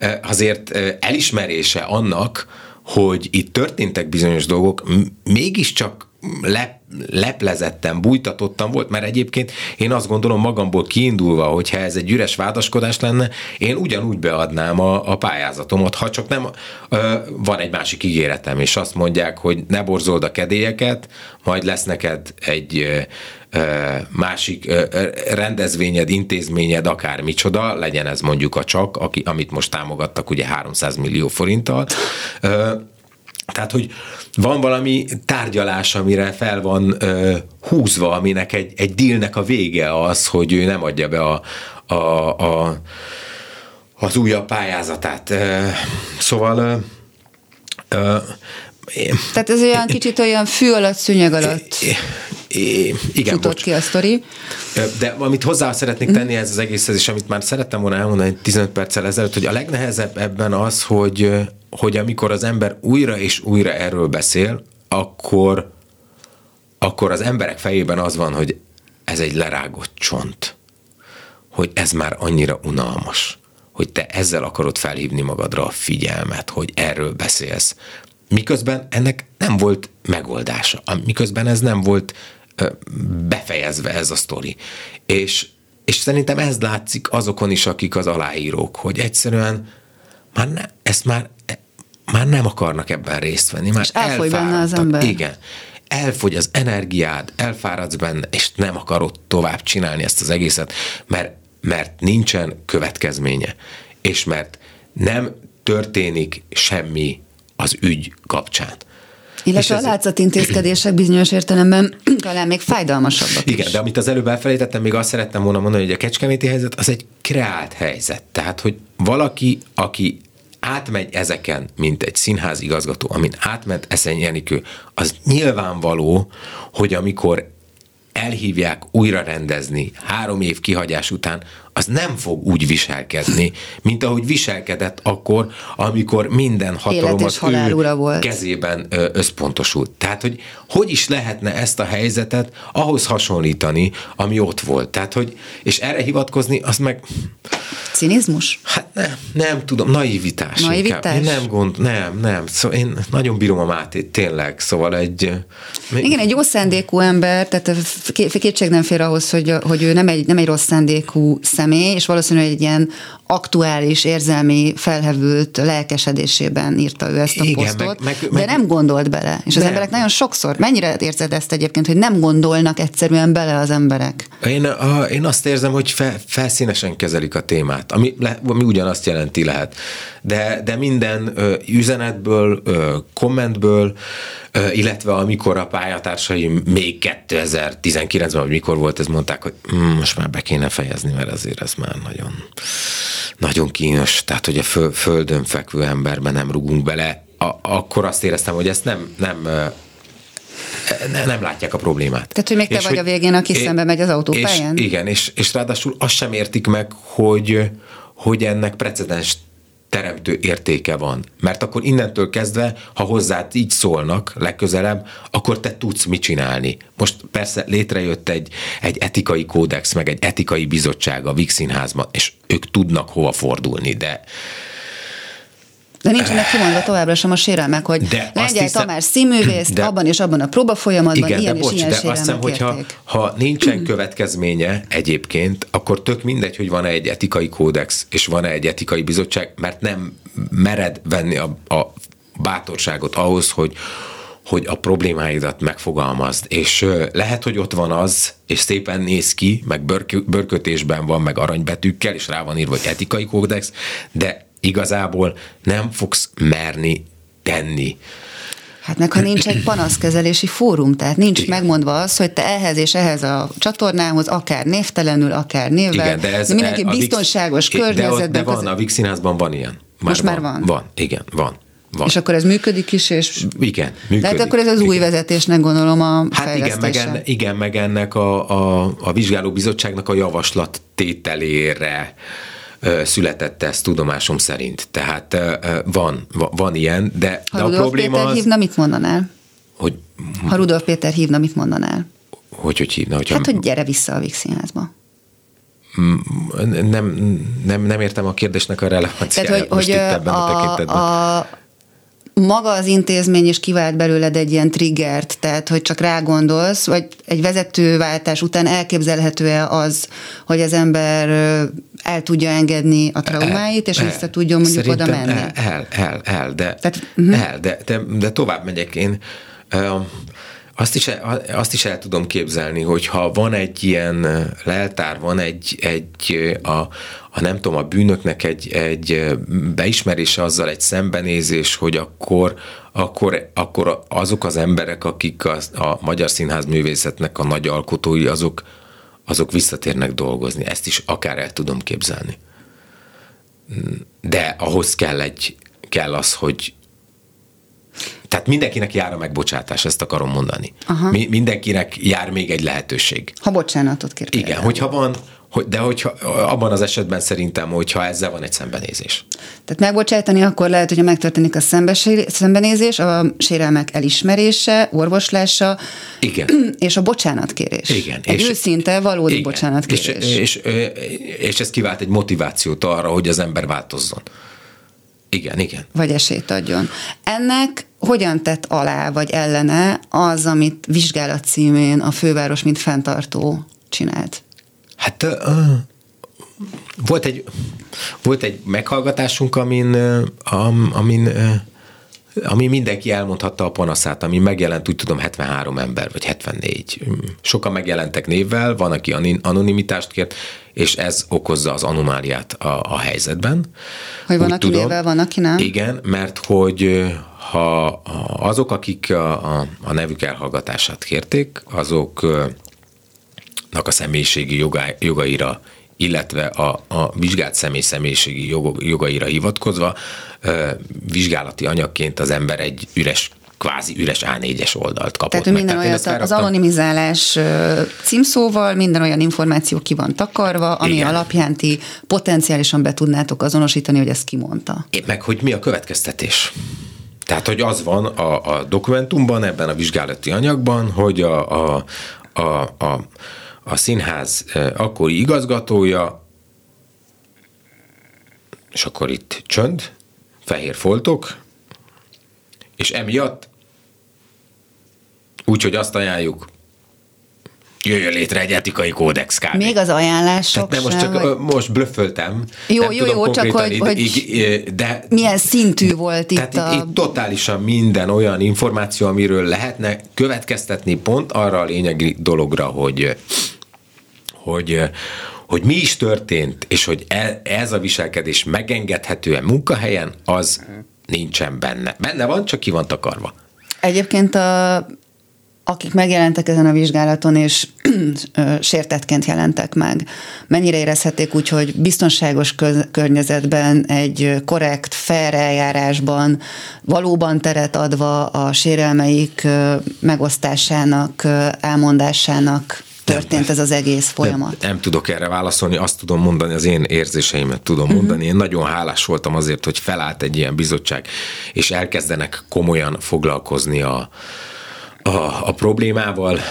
C: azért elismerése annak, hogy itt történtek bizonyos dolgok, mégiscsak lep, leplezettem, bújtatottam volt, mert egyébként én azt gondolom magamból kiindulva, hogyha ez egy üres vádaskodás lenne, én ugyanúgy beadnám a, a pályázatomat, ha csak nem ö, van egy másik ígéretem, és azt mondják, hogy ne borzold a kedélyeket, majd lesz neked egy ö, másik ö, rendezvényed, intézményed, akármicsoda, legyen ez mondjuk a Csak, aki, amit most támogattak ugye háromszáz millió forinttal. Ö, Tehát, hogy van valami tárgyalás, amire fel van ö, húzva, aminek egy, egy dealnek a vége az, hogy ő nem adja be a, a, a, az újabb pályázatát. Szóval... Ö, ö,
B: Tehát ez olyan kicsit olyan fű alatt, szőnyeg alatt
C: igen,
B: futott
C: bocs.
B: ki a sztori.
C: De amit hozzá szeretnék tenni ez az egészhez, és amit már szerettem volna elmondani tizenöt perccel ezelőtt, hogy a legnehezebb ebben az, hogy, hogy amikor az ember újra és újra erről beszél, akkor, akkor az emberek fejében az van, hogy ez egy lerágott csont. Hogy ez már annyira unalmas, hogy te ezzel akarod felhívni magadra a figyelmet, hogy erről beszélsz. Miközben ennek nem volt megoldása, miközben ez nem volt befejezve ez a sztori. És, és szerintem ez látszik azokon is, akik az aláírók, hogy egyszerűen már ne, ezt már, már nem akarnak ebben részt venni. Már
B: és elfogy benne az ember.
C: Igen. Elfogy az energiád, elfáradsz benne, és nem akarod tovább csinálni ezt az egészet, mert, mert nincsen következménye. és mert nem történik semmi az ügy kapcsán.
B: Illetve a látszatintézkedések bizonyos értelemben talán még fájdalmasabbak
C: Igen,
B: is.
C: de amit az előbb elfelejtettem, még azt szerettem volna mondani, hogy a kecskeméti helyzet az egy kreált helyzet. Tehát, hogy valaki, aki átmegy ezeken, mint egy színház igazgató, amin átment Eszeny Enikő, az nyilvánvaló, hogy amikor elhívják újra rendezni három év kihagyás után, az nem fog úgy viselkedni, mint ahogy viselkedett akkor, amikor minden hatalom az ő
B: volt.
C: kezében összpontosult. Tehát, hogy hogy is lehetne ezt a helyzetet ahhoz hasonlítani, ami ott volt. Tehát, hogy, és erre hivatkozni, az meg...
B: Cinizmus?
C: Hát nem, nem tudom, naivitás.
B: Naivitás?
C: Én nem gond, nem, nem. Szóval én nagyon bírom a Mátét, tényleg. Szóval egy...
B: Igen, egy jó szándékú ember, tehát kétség nem fér ahhoz, hogy, hogy ő nem egy, nem egy rossz szándékú személy, és valószínűleg egy ilyen aktuális, érzelmi, felhevült lelkesedésében írta ő ezt a
C: Igen,
B: posztot,
C: meg, meg,
B: de nem gondolt bele. És az
C: nem.
B: emberek nagyon sokszor, mennyire érzed ezt egyébként, hogy nem gondolnak egyszerűen bele az emberek?
C: Én, a, én azt érzem, hogy fel, felszínesen kezelik a témát, ami, le, ami ugyanazt jelenti lehet. De, de minden ö, üzenetből, ö, kommentből, ö, illetve amikor a pályatársaim még kétezer-tizenkilencben, vagy mikor volt, ez mondták, hogy mm, most már be kéne fejezni, mert azért ez már nagyon, nagyon kínos. Tehát, hogy a föl, földön fekvő emberben nem rugunk bele. A, akkor azt éreztem, hogy ezt nem... nem Ne, nem látják a problémát.
B: Tehát, hogy még te és vagy hogy, a végén, aki é, szembe megy az autópályán?
C: És, igen, és, és ráadásul azt sem értik meg, hogy, hogy ennek precedens teremtő értéke van. Mert akkor innentől kezdve, ha hozzád így szólnak legközelebb, akkor te tudsz mit csinálni. Most persze létrejött egy, egy etikai kódex, meg egy etikai bizottság a Víg Színházban, és ők tudnak hova fordulni, de
B: De nincsenek kimondva továbbra sem a sérelmek, hogy Lengyel hiszem, Tamás színművész, de, abban és abban a próbafolyamatban
C: igen,
B: ilyen
C: de
B: és
C: bocs,
B: ilyen
C: de
B: sérelmek
C: azt hiszem, hogyha, ha nincsen következménye egyébként, akkor tök mindegy, hogy van-e egy etikai kódex, és van-e egy etikai bizottság, mert nem mered venni a, a bátorságot ahhoz, hogy, hogy a problémáidat megfogalmazd. És lehet, hogy ott van az, és szépen néz ki, meg bőrk, bőrkötésben van, meg aranybetűkkel, és rá van írva, hogy etikai kódex, de igazából nem fogsz merni tenni.
B: Hát meg ha nincs egy panaszkezelési fórum, tehát nincs igen. megmondva az, hogy te ehhez és ehhez a csatornához, akár névtelenül, akár névvel,
C: igen, de, ez
B: de mindenki
C: a
B: biztonságos
C: Vix,
B: környezetben.
C: De, de van, a Víg Színházban van ilyen. Már
B: Most
C: van,
B: már van?
C: Van, igen, van. Van.
B: És akkor ez működik is, és...
C: Igen, működik.
B: De hát akkor ez az új igen. vezetésnek gondolom a
C: hát
B: fejlesztése.
C: Hát igen, meg, enne, igen, meg ennek a, a, a vizsgálóbizottságnak a javaslat tételére született ez tudomásom szerint. Tehát van, van ilyen, de,
B: ha
C: de
B: Rudolf
C: a probléma
B: Péter
C: az...
B: hívna, mit mondanál?
C: Hogy,
B: ha Rudolf Péter hívna, mit mondanál?
C: Hogy, hogy hívna? Hogyha...
B: Hát, hogy gyere vissza a Víg Színházba.
C: Nem, nem, nem értem a kérdésnek a relevanciáját.
B: Tehát, hogy,
C: most
B: hogy
C: itt ebben a, a tekintetben. A,
B: maga az intézmény is kivált belőled egy ilyen triggert, tehát hogy csak rágondolsz, vagy egy vezetőváltás után elképzelhető-e az, hogy az ember el tudja engedni a traumáit, és el, vissza tudjon mondjuk oda menni?
C: El, el, el, el, de,
B: tehát, uh-huh.
C: el de, de, de tovább megyek én. Azt is, azt is el tudom képzelni, hogy ha van egy ilyen leltár, van egy, egy a, a nem tudom, a bűnöknek egy, egy beismerése, azzal egy szembenézés, hogy akkor, akkor, akkor azok az emberek, akik a, a magyar színház művészetnek a nagy alkotói, azok, azok visszatérnek dolgozni. Ezt is akár el tudom képzelni. De ahhoz kell, egy, kell az, hogy tehát mindenkinek jár a megbocsátás, ezt akarom mondani. Mi, mindenkinek jár még egy lehetőség.
B: Ha bocsánatot kér.
C: Igen, el. hogyha van, hogy, de hogyha, abban az esetben szerintem, hogyha ezzel van egy szembenézés.
B: Tehát megbocsátani akkor lehet, hogyha megtörténik a szembenézés, a sérelmek elismerése, orvoslása,
C: igen.
B: és a bocsánatkérés.
C: Igen.
B: Egy
C: és,
B: őszinte, valódi
C: igen.
B: bocsánatkérés.
C: És, és, és, és ez kivált egy motivációt arra, hogy az ember változzon. Igen, igen.
B: Vagy esélyt adjon. Ennek hogyan tett alá, vagy ellene az, amit Vizsgálat címén a Főváros mint fenntartó csinált?
C: Hát uh, volt egy, volt egy meghallgatásunk, amin, uh, amin uh, ami mindenki elmondhatta a panaszát, ami megjelent, úgy tudom, hetvenhárom ember, vagy hetvennégy. Sokan megjelentek névvel, van, aki anonimitást kért, és ez okozza az anomáliát a, a helyzetben.
B: Hogy van,
C: úgy
B: aki
C: tudom,
B: névvel, van, aki nem?
C: Igen, mert hogy ha azok, akik a, a, a nevük elhallgatását kérték, azoknak a személyiségi joga, jogaira, illetve a, a vizsgált személy személyiségi jogaira hivatkozva vizsgálati anyagként az ember egy üres, kvázi üres á négyes oldalt kapott.
B: Tehát
C: meg.
B: minden
C: Tehát
B: olyan, az anonimizálás címszóval minden olyan információ ki van takarva, ami Igen. alapján ti potenciálisan be tudnátok azonosítani, hogy ezt kimondta.
C: Én meg, hogy mi a következtetés. Tehát, hogy az van a, a dokumentumban, ebben a vizsgálati anyagban, hogy a, a, a, a, a színház akkori igazgatója, és akkor itt csönd, fehér foltok, és emiatt úgyhogy azt ajánljuk, jöjjön létre egy etikai kódex kb.
B: Még az ajánlások
C: nem, most
B: sem,
C: csak
B: vagy...
C: most blöfföltem.
B: Jó,
C: nem
B: jó,
C: tudom
B: jó, csak hogy,
C: így,
B: hogy
C: így, de,
B: milyen szintű volt
C: tehát
B: itt a...
C: itt totálisan minden olyan információ, amiről lehetne következtetni pont arra a lényegi dologra, hogy, hogy, hogy mi is történt, és hogy ez a viselkedés megengedhető-e munkahelyen, az nincsen benne. Benne van, csak ki van takarva.
B: Egyébként a, akik megjelentek ezen a vizsgálaton, és sértettként jelentek meg, mennyire érezhették úgy, hogy biztonságos köz, környezetben, egy korrekt, fair eljárásban valóban teret adva a sérelmeik megosztásának, elmondásának történt nem, ez az egész folyamat?
C: Nem, nem tudok erre válaszolni, azt tudom mondani, az én érzéseimet tudom uh-huh. mondani. Én nagyon hálás voltam azért, hogy felállt egy ilyen bizottság, és elkezdenek komolyan foglalkozni a, a, a problémával.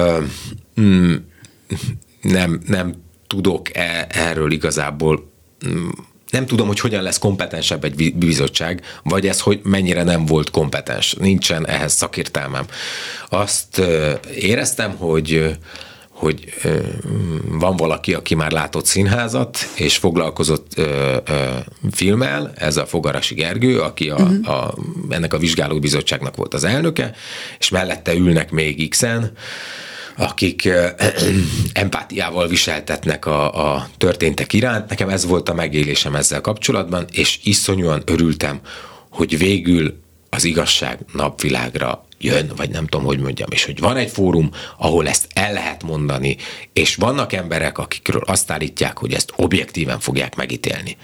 C: Nem, nem tudok e, erről igazából, nem tudom, hogy hogyan lesz kompetensebb egy bizottság, vagy ez, hogy mennyire nem volt kompetens. Nincsen ehhez szakértelmem. Azt éreztem, hogy hogy ö, van valaki, aki már látott színházat, és foglalkozott ö, ö, filmmel, ez a Fogarasi Gergő, aki a, uh-huh. a, ennek a vizsgálóbizottságnak volt az elnöke, és mellette ülnek még X-en, akik ö, ö, empátiával viseltetnek a, a történtek iránt. Nekem ez volt a megélésem ezzel kapcsolatban, és iszonyúan örültem, hogy végül az igazság napvilágra jön, vagy nem tudom, hogy mondjam, és hogy van egy fórum, ahol ezt el lehet mondani, és vannak emberek, akikről azt állítják, hogy ezt objektíven fogják megítélni.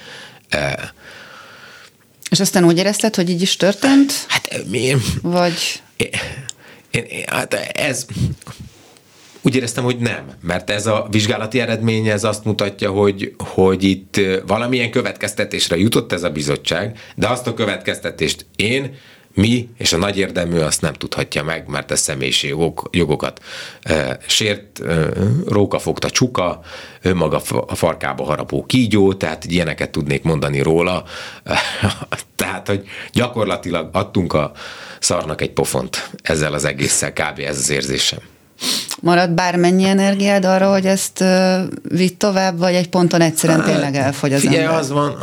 B: És aztán úgy érezted, hogy így is történt?
C: Hát mi?
B: Vagy?
C: Én, én, hát ez... Úgy éreztem, hogy nem, mert ez a vizsgálati eredmény, ez azt mutatja, hogy, hogy itt valamilyen következtetésre jutott ez a bizottság, de azt a következtetést én, mi és a nagy érdemű azt nem tudhatja meg, mert ez személyiségi jogok, jogokat e, sért, e, róka fogta csuka, önmaga a farkába harapó kígyó, tehát ilyeneket tudnék mondani róla. E, tehát, hogy gyakorlatilag adtunk a szarnak egy pofont ezzel az egésszel, kb. Ez az érzésem. Marad
B: bármennyi energiád arra, hogy ezt uh, vidd tovább, vagy egy ponton egyszerűen tényleg elfogy az
C: Figyelj,
B: ember?
C: az van,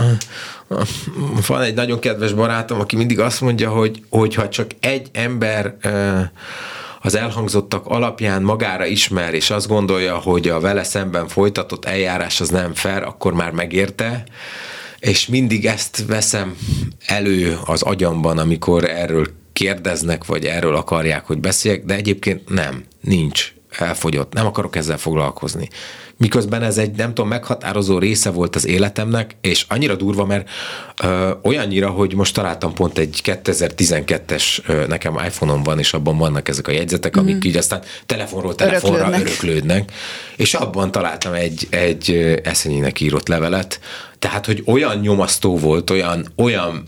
C: van egy nagyon kedves barátom, aki mindig azt mondja, hogy, hogy ha csak egy ember uh, az elhangzottak alapján magára ismer, és azt gondolja, hogy a vele szemben folytatott eljárás az nem fair, akkor már megérte, és mindig ezt veszem elő az agyamban, amikor erről kérdeznek, vagy erről akarják, hogy beszéljek, de egyébként nem, nincs, elfogyott, nem akarok ezzel foglalkozni. Miközben ez egy, nem tudom, meghatározó része volt az életemnek, és annyira durva, mert ö, olyannyira, hogy most találtam pont egy kétezer-tizenkettes, ö, nekem iPhone-om van, és abban vannak ezek a jegyzetek, mm. amik így aztán telefonról telefonra öröklődnek. öröklődnek, és abban találtam egy, egy Eszenyinek írott levelet, tehát, hogy olyan nyomasztó volt, olyan, olyan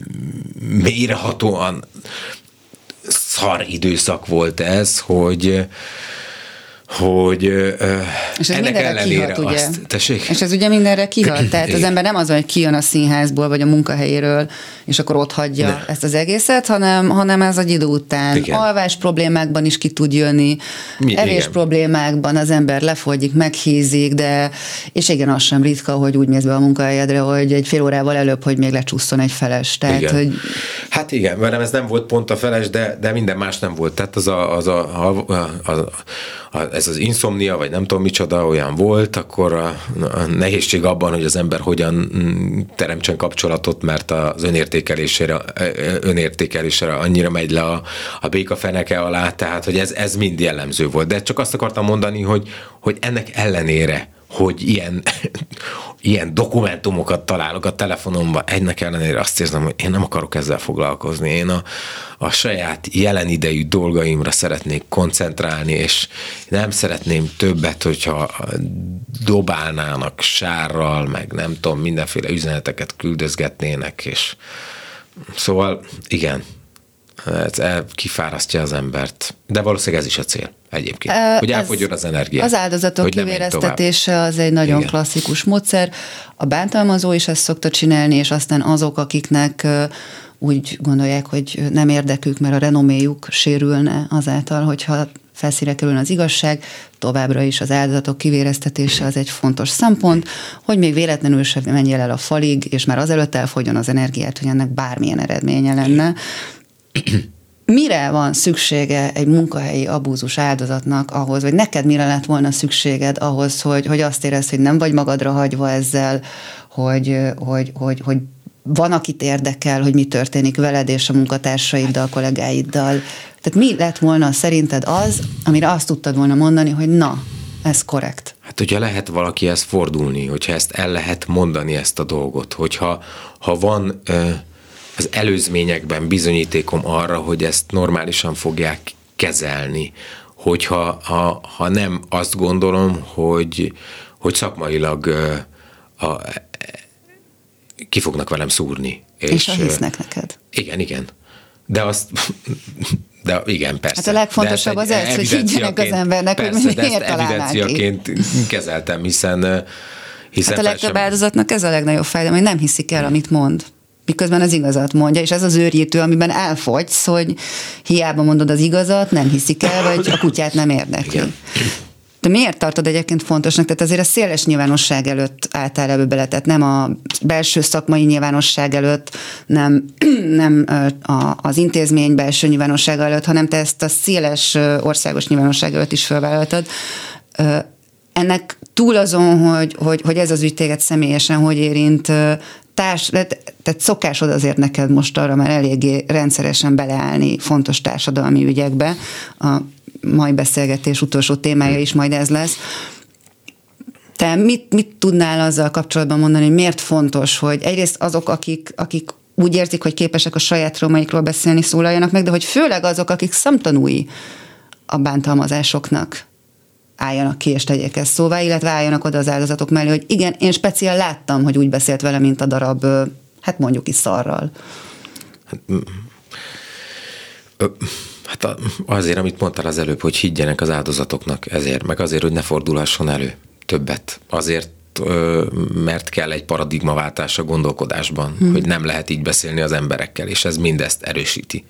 C: mélyrehatóan szar időszak volt ez, hogy hogy
B: és
C: ennek ellenére kihat, azt,
B: ugye?
C: Tessék?
B: És ez ugye mindenre kihat, tehát az ember nem az, hogy kijön a színházból, vagy a munkahelyéről, és akkor ott hagyja ne. ezt az egészet, hanem, hanem ez egy idő után igen. alvás problémákban is ki tud jönni, Mi, evés igen. problémákban az ember lefogyik, meghízik, de és igen, az sem ritka, hogy úgy mész be a munkahelyedre, hogy egy fél órával előbb, hogy még lecsusszon egy feles. Tehát, hogy...
C: Hát igen, velem ez nem volt pont a feles, de, de minden más nem volt. Tehát az a, az a, a, a, a, a, ez az inszomnia, vagy nem tudom micsoda, olyan volt, akkor a, a nehézség abban, hogy az ember hogyan teremtsen kapcsolatot, mert az önértékelésére, önértékelésére annyira megy le a, a béka feneke alá, tehát hogy ez, ez mind jellemző volt. De csak azt akartam mondani, hogy, hogy ennek ellenére, hogy ilyen, ilyen dokumentumokat találok a telefonomban, egynek ellenére azt érzem, hogy én nem akarok ezzel foglalkozni. Én a, a saját jelen idejű dolgaimra szeretnék koncentrálni, és nem szeretném többet, hogyha dobálnának sárral, meg nem tudom, mindenféle üzeneteket küldözgetnének, és szóval igen, ez kifárasztja az embert. De valószínűleg ez is a cél egyébként, e, hogy elfogyjon az energia.
B: Az áldozatok kivéreztetése az egy nagyon Igen. klasszikus módszer. A bántalmazó is ezt szokta csinálni, és aztán azok, akiknek úgy gondolják, hogy nem érdekük, mert a renoméjuk sérülne azáltal, hogyha felszínre kerülne az igazság, továbbra is az áldozatok kivéreztetése az egy fontos szempont, hogy még véletlenül sem menjél el a falig, és már azelőtt elfogyjon az energiát, hogy ennek bármilyen eredménye lenne. Mire van szüksége egy munkahelyi abúzus áldozatnak ahhoz, vagy neked mire lett volna szükséged ahhoz, hogy, hogy azt érezd, hogy nem vagy magadra hagyva ezzel, hogy, hogy, hogy, hogy van, akit érdekel, hogy mi történik veled és a munkatársaiddal, a kollégáiddal. Tehát mi lett volna szerinted az, amire azt tudtad volna mondani, hogy na, ez korrekt?
C: Hát, hogyha lehet valakihez fordulni, hogyha ezt el lehet mondani, ezt a dolgot, hogyha ha van az előzményekben bizonyítékom arra, hogy ezt normálisan fogják kezelni, hogyha ha, ha nem azt gondolom, hogy, hogy szakmailag a, a, ki fognak velem szúrni.
B: És, és a hisznek neked.
C: Igen, igen. De azt... De igen, persze.
B: Hát a legfontosabb az ez, hogy higgyenek az embernek, persze, hogy miért találnák ki.
C: Evidenciaként kezeltem, hiszen... hiszen
B: hát a legtöbb áldozatnak ez a legnagyobb fájdalom, hogy nem hiszik el, amit mond. Miközben az igazat mondja, és ez az őrjítő, amiben elfogysz, hogy hiába mondod az igazat, nem hiszik el, vagy a kutyát nem érdekli. De miért tartod egyébként fontosnak? Tehát azért a széles nyilvánosság előtt álltál ebbe bele, tehát nem a belső szakmai nyilvánosság előtt, nem, nem a, az intézmény belső nyilvánossága előtt, hanem te ezt a széles országos nyilvánosság előtt is felvállaltad. Ennek túl azon, hogy, hogy, hogy ez az ügy téged személyesen hogy érint, társ, tehát szokásod azért neked most arra már eléggé rendszeresen beleállni fontos társadalmi ügyekbe. A mai beszélgetés utolsó témája is majd ez lesz. Te mit, mit tudnál azzal kapcsolatban mondani, hogy miért fontos, hogy egyrészt azok, akik, akik úgy érzik, hogy képesek a saját traumáikról beszélni, szólaljanak meg, de hogy főleg azok, akik szemtanúi a bántalmazásoknak, álljanak ki és tegyék ezt szóvá, illetve álljanak oda az áldozatok mellé, hogy igen, én speciál láttam, hogy úgy beszélt vele, mint a darab, hát mondjuk is szarral.
C: Hát azért, amit mondtál az előbb, hogy higgyenek az áldozatoknak ezért, meg azért, hogy ne fordulhasson elő többet. Azért, mert kell egy paradigmaváltás a gondolkodásban, hmm. hogy nem lehet így beszélni az emberekkel, és ez mindezt erősíti.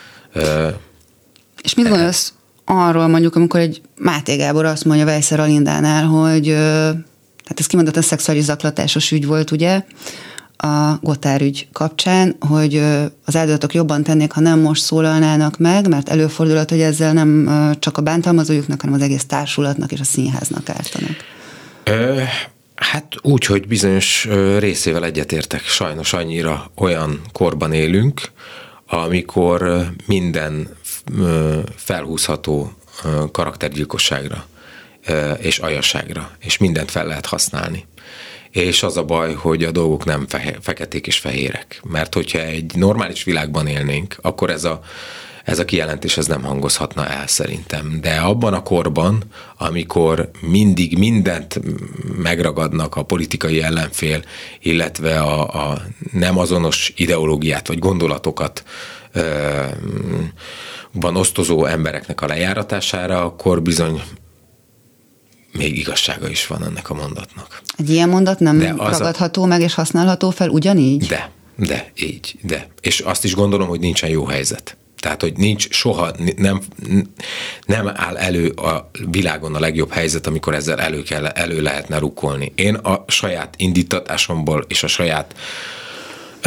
B: És mit gondolsz arról mondjuk, amikor egy Máté Gábor azt mondja Weisser Alindánál, hogy hát ez kimondottan szexuális zaklatásos ügy volt, ugye, a Gotár ügy kapcsán, hogy az áldozatok jobban tennék, ha nem most szólalnának meg, mert előfordulhat, hogy ezzel nem csak a bántalmazójuknak, hanem az egész társulatnak és a színháznak ártanak.
C: Ö, hát úgy, hogy bizonyos részével egyetértek. Sajnos annyira olyan korban élünk, amikor minden felhúzható karaktergyilkosságra és aljasságra, és mindent fel lehet használni. És az a baj, hogy a dolgok nem fe- feketék és fehérek. Mert hogyha egy normális világban élnénk, akkor ez a, ez a kijelentés ez nem hangozhatna el szerintem. De abban a korban, amikor mindig mindent megragadnak a politikai ellenfél, illetve a, a nem azonos ideológiát vagy gondolatokat ö, van osztozó embereknek a lejáratására, akkor bizony még igazsága is van ennek a mondatnak.
B: Egy ilyen mondat nem ragadható a... meg és használható fel ugyanígy?
C: De, de, így, de. És azt is gondolom, hogy nincsen jó helyzet. Tehát, hogy nincs soha, nem, nem áll elő a világon a legjobb helyzet, amikor ezzel elő, kell, elő lehetne rukkolni. Én a saját indítatásomból és a saját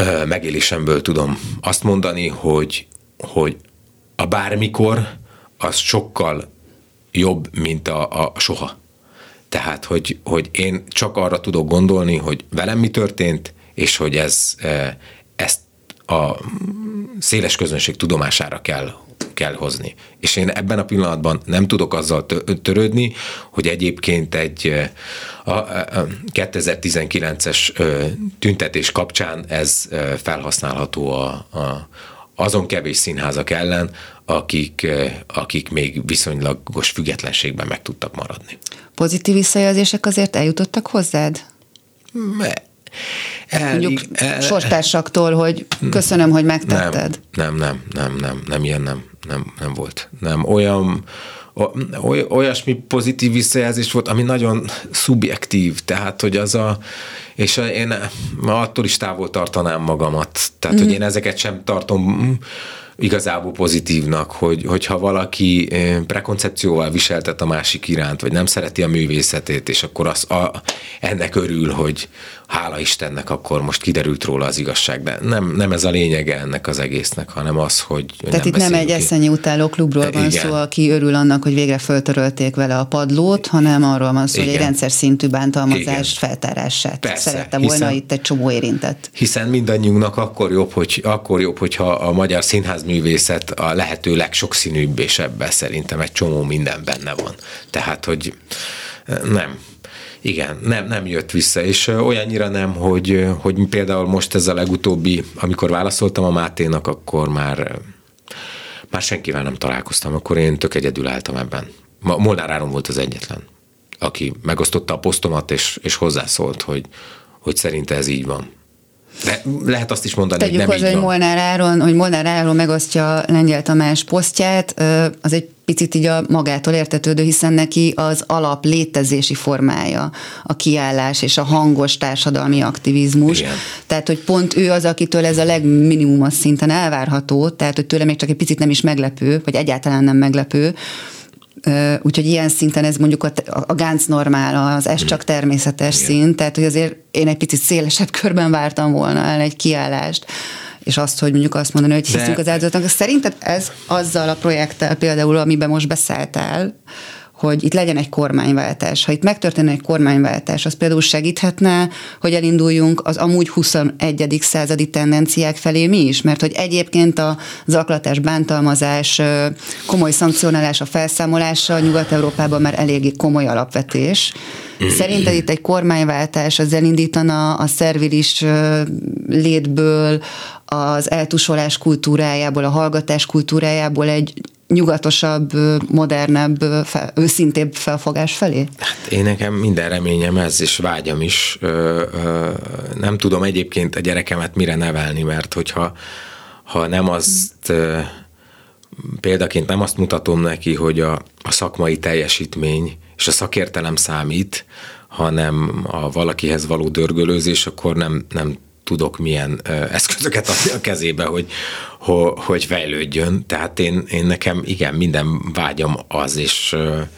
C: megélésemből tudom azt mondani, hogy, hogy a bármikor az sokkal jobb, mint a, a soha. Tehát, hogy, hogy én csak arra tudok gondolni, hogy velem mi történt, és hogy ez, ezt a széles közönség tudomására kell, kell hozni. És én ebben a pillanatban nem tudok azzal törődni, hogy egyébként egy a, a kétezer-tizenkilences tüntetés kapcsán ez felhasználható a, a, azon kevés színházak ellen, akik, akik még viszonylagos függetlenségben meg tudtak maradni.
B: Pozitív visszajelzések azért eljutottak hozzád?
C: El,
B: Mondjuk
C: el,
B: sorstársaktól, hogy köszönöm, hogy megtetted.
C: Nem, nem, nem, nem, nem, ilyen nem, nem, nem volt. Nem, olyan, oly, olyasmi pozitív visszajelzés volt, ami nagyon szubjektív, tehát, hogy az a, és én attól is távol tartanám magamat, tehát, mm. hogy én ezeket sem tartom igazából pozitívnak, hogy, hogyha valaki prekoncepcióval viseltet a másik iránt, vagy nem szereti a művészetét, és akkor az, a, ennek örül, hogy hála Istennek, akkor most kiderült róla az igazság, de nem, nem ez a lényege ennek az egésznek, hanem az, hogy
B: Tehát nem itt nem egy eszennyi utáló klubról van Igen. szó, aki örül annak, hogy végre föltörölték vele a padlót, hanem arról van szó, Igen. hogy egy rendszer szintű bántalmazás feltárását Persze, szerette volna hiszen, itt egy csomó érintett.
C: Hiszen mindannyiunknak akkor jobb, hogy, akkor jobb, hogyha a magyar színházművészet a lehető legsokszínűbb, és ebben szerintem egy csomó minden benne van. Tehát, hogy nem. Igen, nem, nem jött vissza, és olyannyira nem, hogy, hogy például most ez a legutóbbi, amikor válaszoltam a Máténak, akkor már, már senkivel nem találkoztam, akkor én tök egyedül álltam ebben. Molnár Áron volt az egyetlen, aki megosztotta a posztomat, és, és hozzászólt, hogy, hogy szerinte ez így van. De lehet azt is mondani,
B: Tegyük
C: hogy nem
B: hozzá,
C: így van.
B: Hogy Molnár Áron, hogy Molnár Áron megosztja Lengyel Tamás posztját, az egy picit így a magától értetődő, hiszen neki az alap létezési formája a kiállás és a hangos társadalmi aktivizmus. Igen. Tehát, hogy pont ő az, akitől ez a legminimumos szinten elvárható, tehát, hogy tőle még csak egy picit nem is meglepő, vagy egyáltalán nem meglepő. Úgyhogy ilyen szinten ez mondjuk a, a Gánc normál, az ez csak természetes Igen. szint, tehát hogy azért én egy picit szélesebb körben vártam volna el egy kiállást, és azt, hogy mondjuk azt mondani, hogy hiszünk De... az áldozatnak. Szerinted ez azzal a projekttel például, amiben most beszálltál, hogy itt legyen egy kormányváltás. Ha itt megtörténne egy kormányváltás, az például segíthetne, hogy elinduljunk az amúgy huszonegyedik századi tendenciák felé mi is? Mert hogy egyébként a zaklatás, bántalmazás, komoly szankcionálás, a felszámolása Nyugat-Európában már eléggé komoly alapvetés. Szerinted itt egy kormányváltás az elindítana a szervilis létből, az eltusolás kultúrájából, a hallgatás kultúrájából egy nyugatosabb, modernebb, fel, őszintébb felfogás felé? Hát
C: én nekem minden reményem ez, és vágyam is. Ö, ö, nem tudom egyébként a gyerekemet mire nevelni, mert hogyha ha nem azt ö, példaként nem azt mutatom neki, hogy a, a szakmai teljesítmény és a szakértelem számít, hanem a valakihez való dörgölőzés, akkor nem, nem tudok milyen eszközöket adni a kezébe, hogy, hogy fejlődjön. Tehát én, én nekem igen, minden vágyam az, és,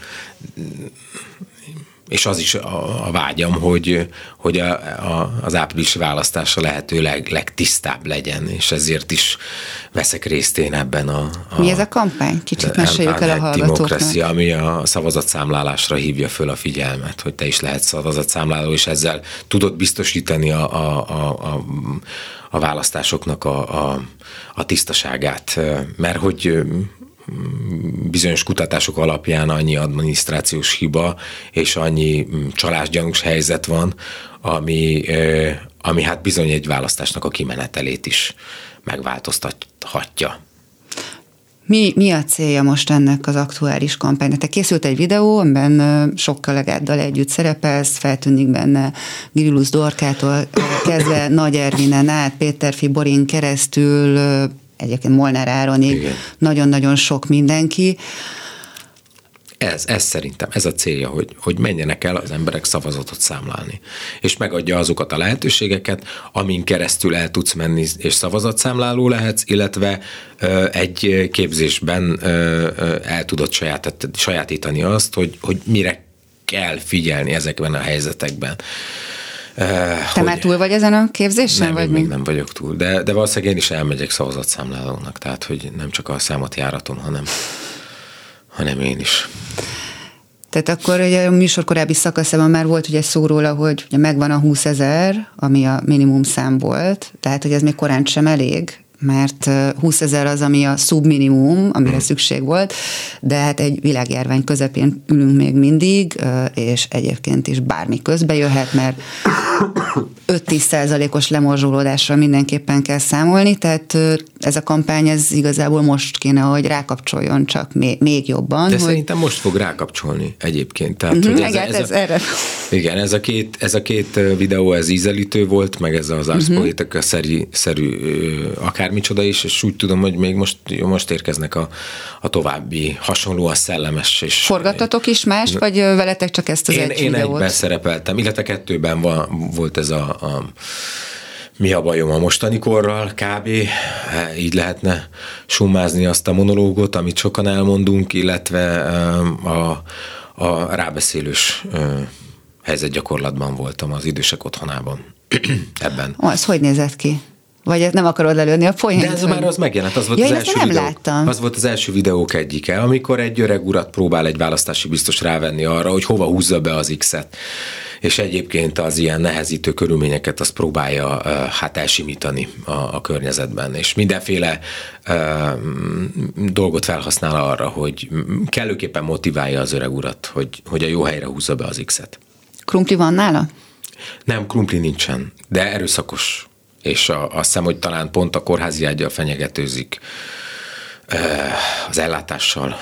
C: és az is a, a vágyam, hogy, hogy a, a, az áprilisi választása lehető leg, legtisztább legyen, és ezért is veszek részt én ebben a... a
B: Mi ez a kampány? Kicsit meséljük el a hallgatóknak.
C: Demokrácia, ami a szavazatszámlálásra hívja föl a figyelmet, hogy te is lehetsz szavazatszámláló, és ezzel tudod biztosítani a, a, a, a, a választásoknak a, a, a tisztaságát. Mert hogy bizonyos kutatások alapján annyi adminisztrációs hiba és annyi csalásgyanús helyzet van, ami, ami hát bizony egy választásnak a kimenetelét is megváltoztathatja.
B: Mi, mi a célja most ennek az aktuális kampánynak? Te készült egy videó, amiben sok kollégáddal együtt szerepelsz, feltűnik benne Girilusz Dorkától kezdve Nagy Ervinen át, Péterfi Borin keresztül, egyébként Molnár Áronig, Igen. nagyon-nagyon sok mindenki.
C: Ez, ez szerintem, ez a célja, hogy, hogy menjenek el az emberek szavazatot számlálni. És megadja azokat a lehetőségeket, amin keresztül el tudsz menni, és szavazatszámláló lehetsz, illetve ö, egy képzésben ö, ö, el tudod saját, sajátítani azt, hogy, hogy mire kell figyelni ezekben a helyzetekben.
B: Te hogy... már túl vagy ezen a képzésen?
C: Nem,
B: vagy
C: még
B: mi?
C: nem vagyok túl, de, de valószínűleg én is elmegyek szavazatszámlálónak, tehát hogy nem csak a számot járatom, hanem, hanem én is.
B: Tehát akkor ugye a műsor korábbi szakaszában már volt ugye szó róla, hogy ugye megvan a húszezer, ami a minimum szám volt, tehát hogy ez még korán sem elég, mert húszezer az, ami a szubminimum, amire szükség volt, de hát egy világjárvány közepén ülünk még mindig, és egyébként is bármi közbe jöhet, mert öt-tíz százalékos lemorzsolódásra mindenképpen kell számolni, tehát ez a kampány, ez igazából most kéne, hogy rákapcsoljon csak még, még jobban.
C: De
B: hogy...
C: szerintem most fog rákapcsolni egyébként. Tehát,
B: Uh-huh,
C: hogy
B: ez, ez, ez,
C: a,
B: erre.
C: Igen, ez a, két, ez a két videó, ez ízelítő volt, meg ez az arszpolitika szerű, szerű akármicsoda is, és úgy tudom, hogy még most, most érkeznek a, a további hasonlóan szellemes. És
B: forgattatok is mást, vagy veletek csak ezt az
C: én,
B: egy
C: én
B: videót?
C: Én egyben szerepeltem, illetve kettőben van, volt ez a, a mi a bajom a mostani korral, kb. Így lehetne summázni azt a monológot, amit sokan elmondunk, illetve a, a rábeszélős helyzetgyakorlatban voltam az idősek otthonában. Ebben.
B: Ó, az hogy nézett ki? Vagy nem akarod előni a poént?
C: De ez már az megjelent, az volt,
B: ja,
C: az, első
B: nem
C: videók,
B: láttam.
C: az volt az első videók egyike, amikor egy öreg urat próbál egy választási biztos rávenni arra, hogy hova húzza be az X-et. És egyébként az ilyen nehezítő körülményeket azt próbálja uh, hát elsimítani a, a környezetben, és mindenféle uh, dolgot felhasznál arra, hogy kellőképpen motiválja az öreg urat, hogy, hogy a jó helyre húzza be az X-et.
B: Krumpli van nála?
C: Nem, krumpli nincsen, de erőszakos. És a, azt hiszem, hogy talán pont a kórházi ággyal fenyegetőzik uh, az ellátással.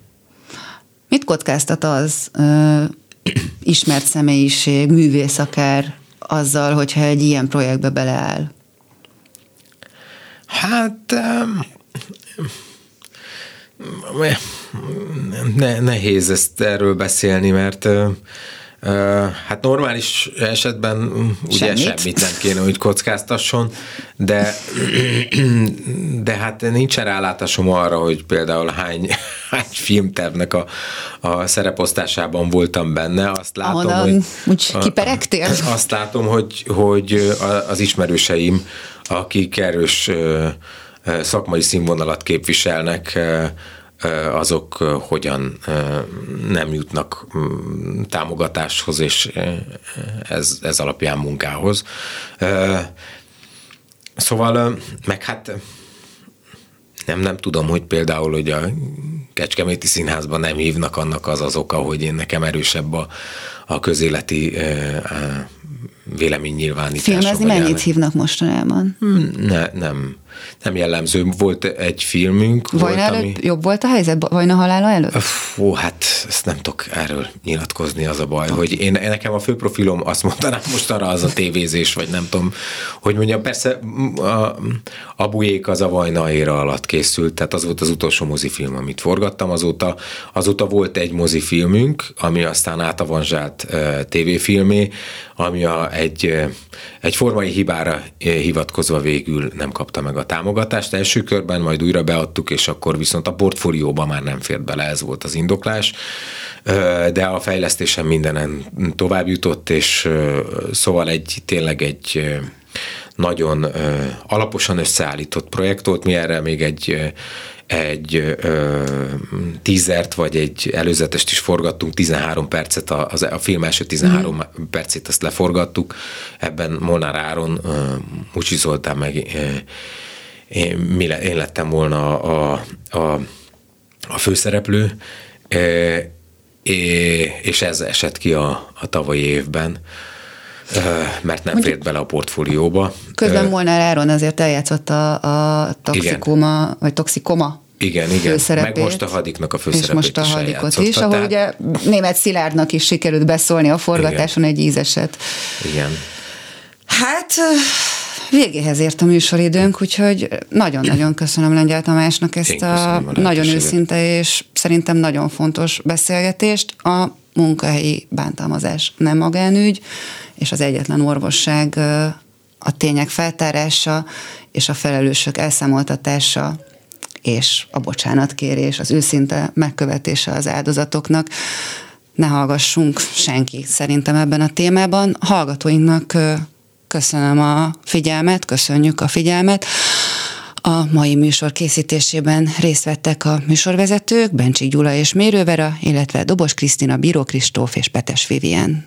B: Mit kockáztat az uh, ismert személyiség, művész akár azzal, hogyha egy ilyen projektbe beleáll?
C: Hát ne, nehéz ezt erről beszélni, mert hát normális esetben ugye semmit, semmit nem kéne, hogy kockáztasson, de, de hát nincsen rálátásom arra, hogy például hány, hány filmtervnek a, a szereposztásában voltam benne. Azt látom,
B: Ahonnan,
C: hogy
B: úgy kiperegtél?
C: Azt látom, hogy, hogy az ismerőseim, akik erős szakmai színvonalat képviselnek, azok hogyan nem jutnak támogatáshoz, és ez, ez alapján munkához. Szóval, meg hát nem, nem tudom, hogy például, hogy a Kecskeméti Színházban nem hívnak, annak az az oka, hogy én nekem erősebb a, a közéleti véleménynyilvánításom.
B: Filmezni mennyit el... hívnak mostanában?
C: Ne, nem. Nem jellemző. Volt egy filmünk.
B: Vajna
C: volt,
B: előtt
C: ami...
B: jobb volt a helyzet? Vajna halála előtt?
C: Ó, hát ezt nem tudok erről nyilatkozni, az a baj, hogy én, nekem a főprofilom azt mondanám most arra az a tévézés, vagy nem tudom, hogy mondjam, persze a, a Bujék az a Vajna éra alatt készült, tehát az volt az utolsó mozifilm, amit forgattam, azóta, azóta volt egy mozifilmünk, ami aztán átavanzsált uh, tévéfilmé, ami a, egy, egy formai hibára hivatkozva végül nem kapta meg a támogatást első körben, majd újra beadtuk, és akkor viszont a portfólióba már nem fért bele, ez volt az indoklás, de a fejlesztésen mindenen tovább jutott, és szóval egy tényleg egy nagyon alaposan összeállított projekt volt, mi erre még egy egy ö, tízert, vagy egy előzetest is forgattunk, tizenhárom percet, a, a film első tizenhárom mm. percét azt leforgattuk, ebben Molnár Áron, uh, Mucsi Zoltán, meg uh, én, mi le, én lettem volna a, a, a főszereplő, uh, és ez esett ki a, a tavalyi évben, uh, mert nem fért bele a portfólióba.
B: Közben uh, Molnár Áron azért eljátszott a, a toxikoma, igen. vagy toxikoma
C: Igen, igen, meg most a Hadiknak a főszerepét
B: és most a
C: is
B: Hadikot is, ahol
C: tehát...
B: ugye Németh Szilárdnak is sikerült beszólni a forgatáson igen. egy ízeset.
C: Igen.
B: Hát végéhez ért a műsoridőnk, úgyhogy nagyon-nagyon köszönöm Lengyel Tamásnak ezt a, a nagyon őszinte és szerintem nagyon fontos beszélgetést. A munkahelyi bántalmazás nem magánügy, és az egyetlen orvosság a tények feltárása és a felelősök elszámoltatása és a bocsánatkérés, az őszinte megkövetése az áldozatoknak. ne hallgassunk senki szerintem ebben a témában. A hallgatóinknak köszönöm a figyelmet, köszönjük a figyelmet. A mai műsor készítésében részt vettek a műsorvezetők, Bencsik Gyula és Mérő Vera, illetve Dobos Krisztina, Bíró Kristóf és Petes Vivien.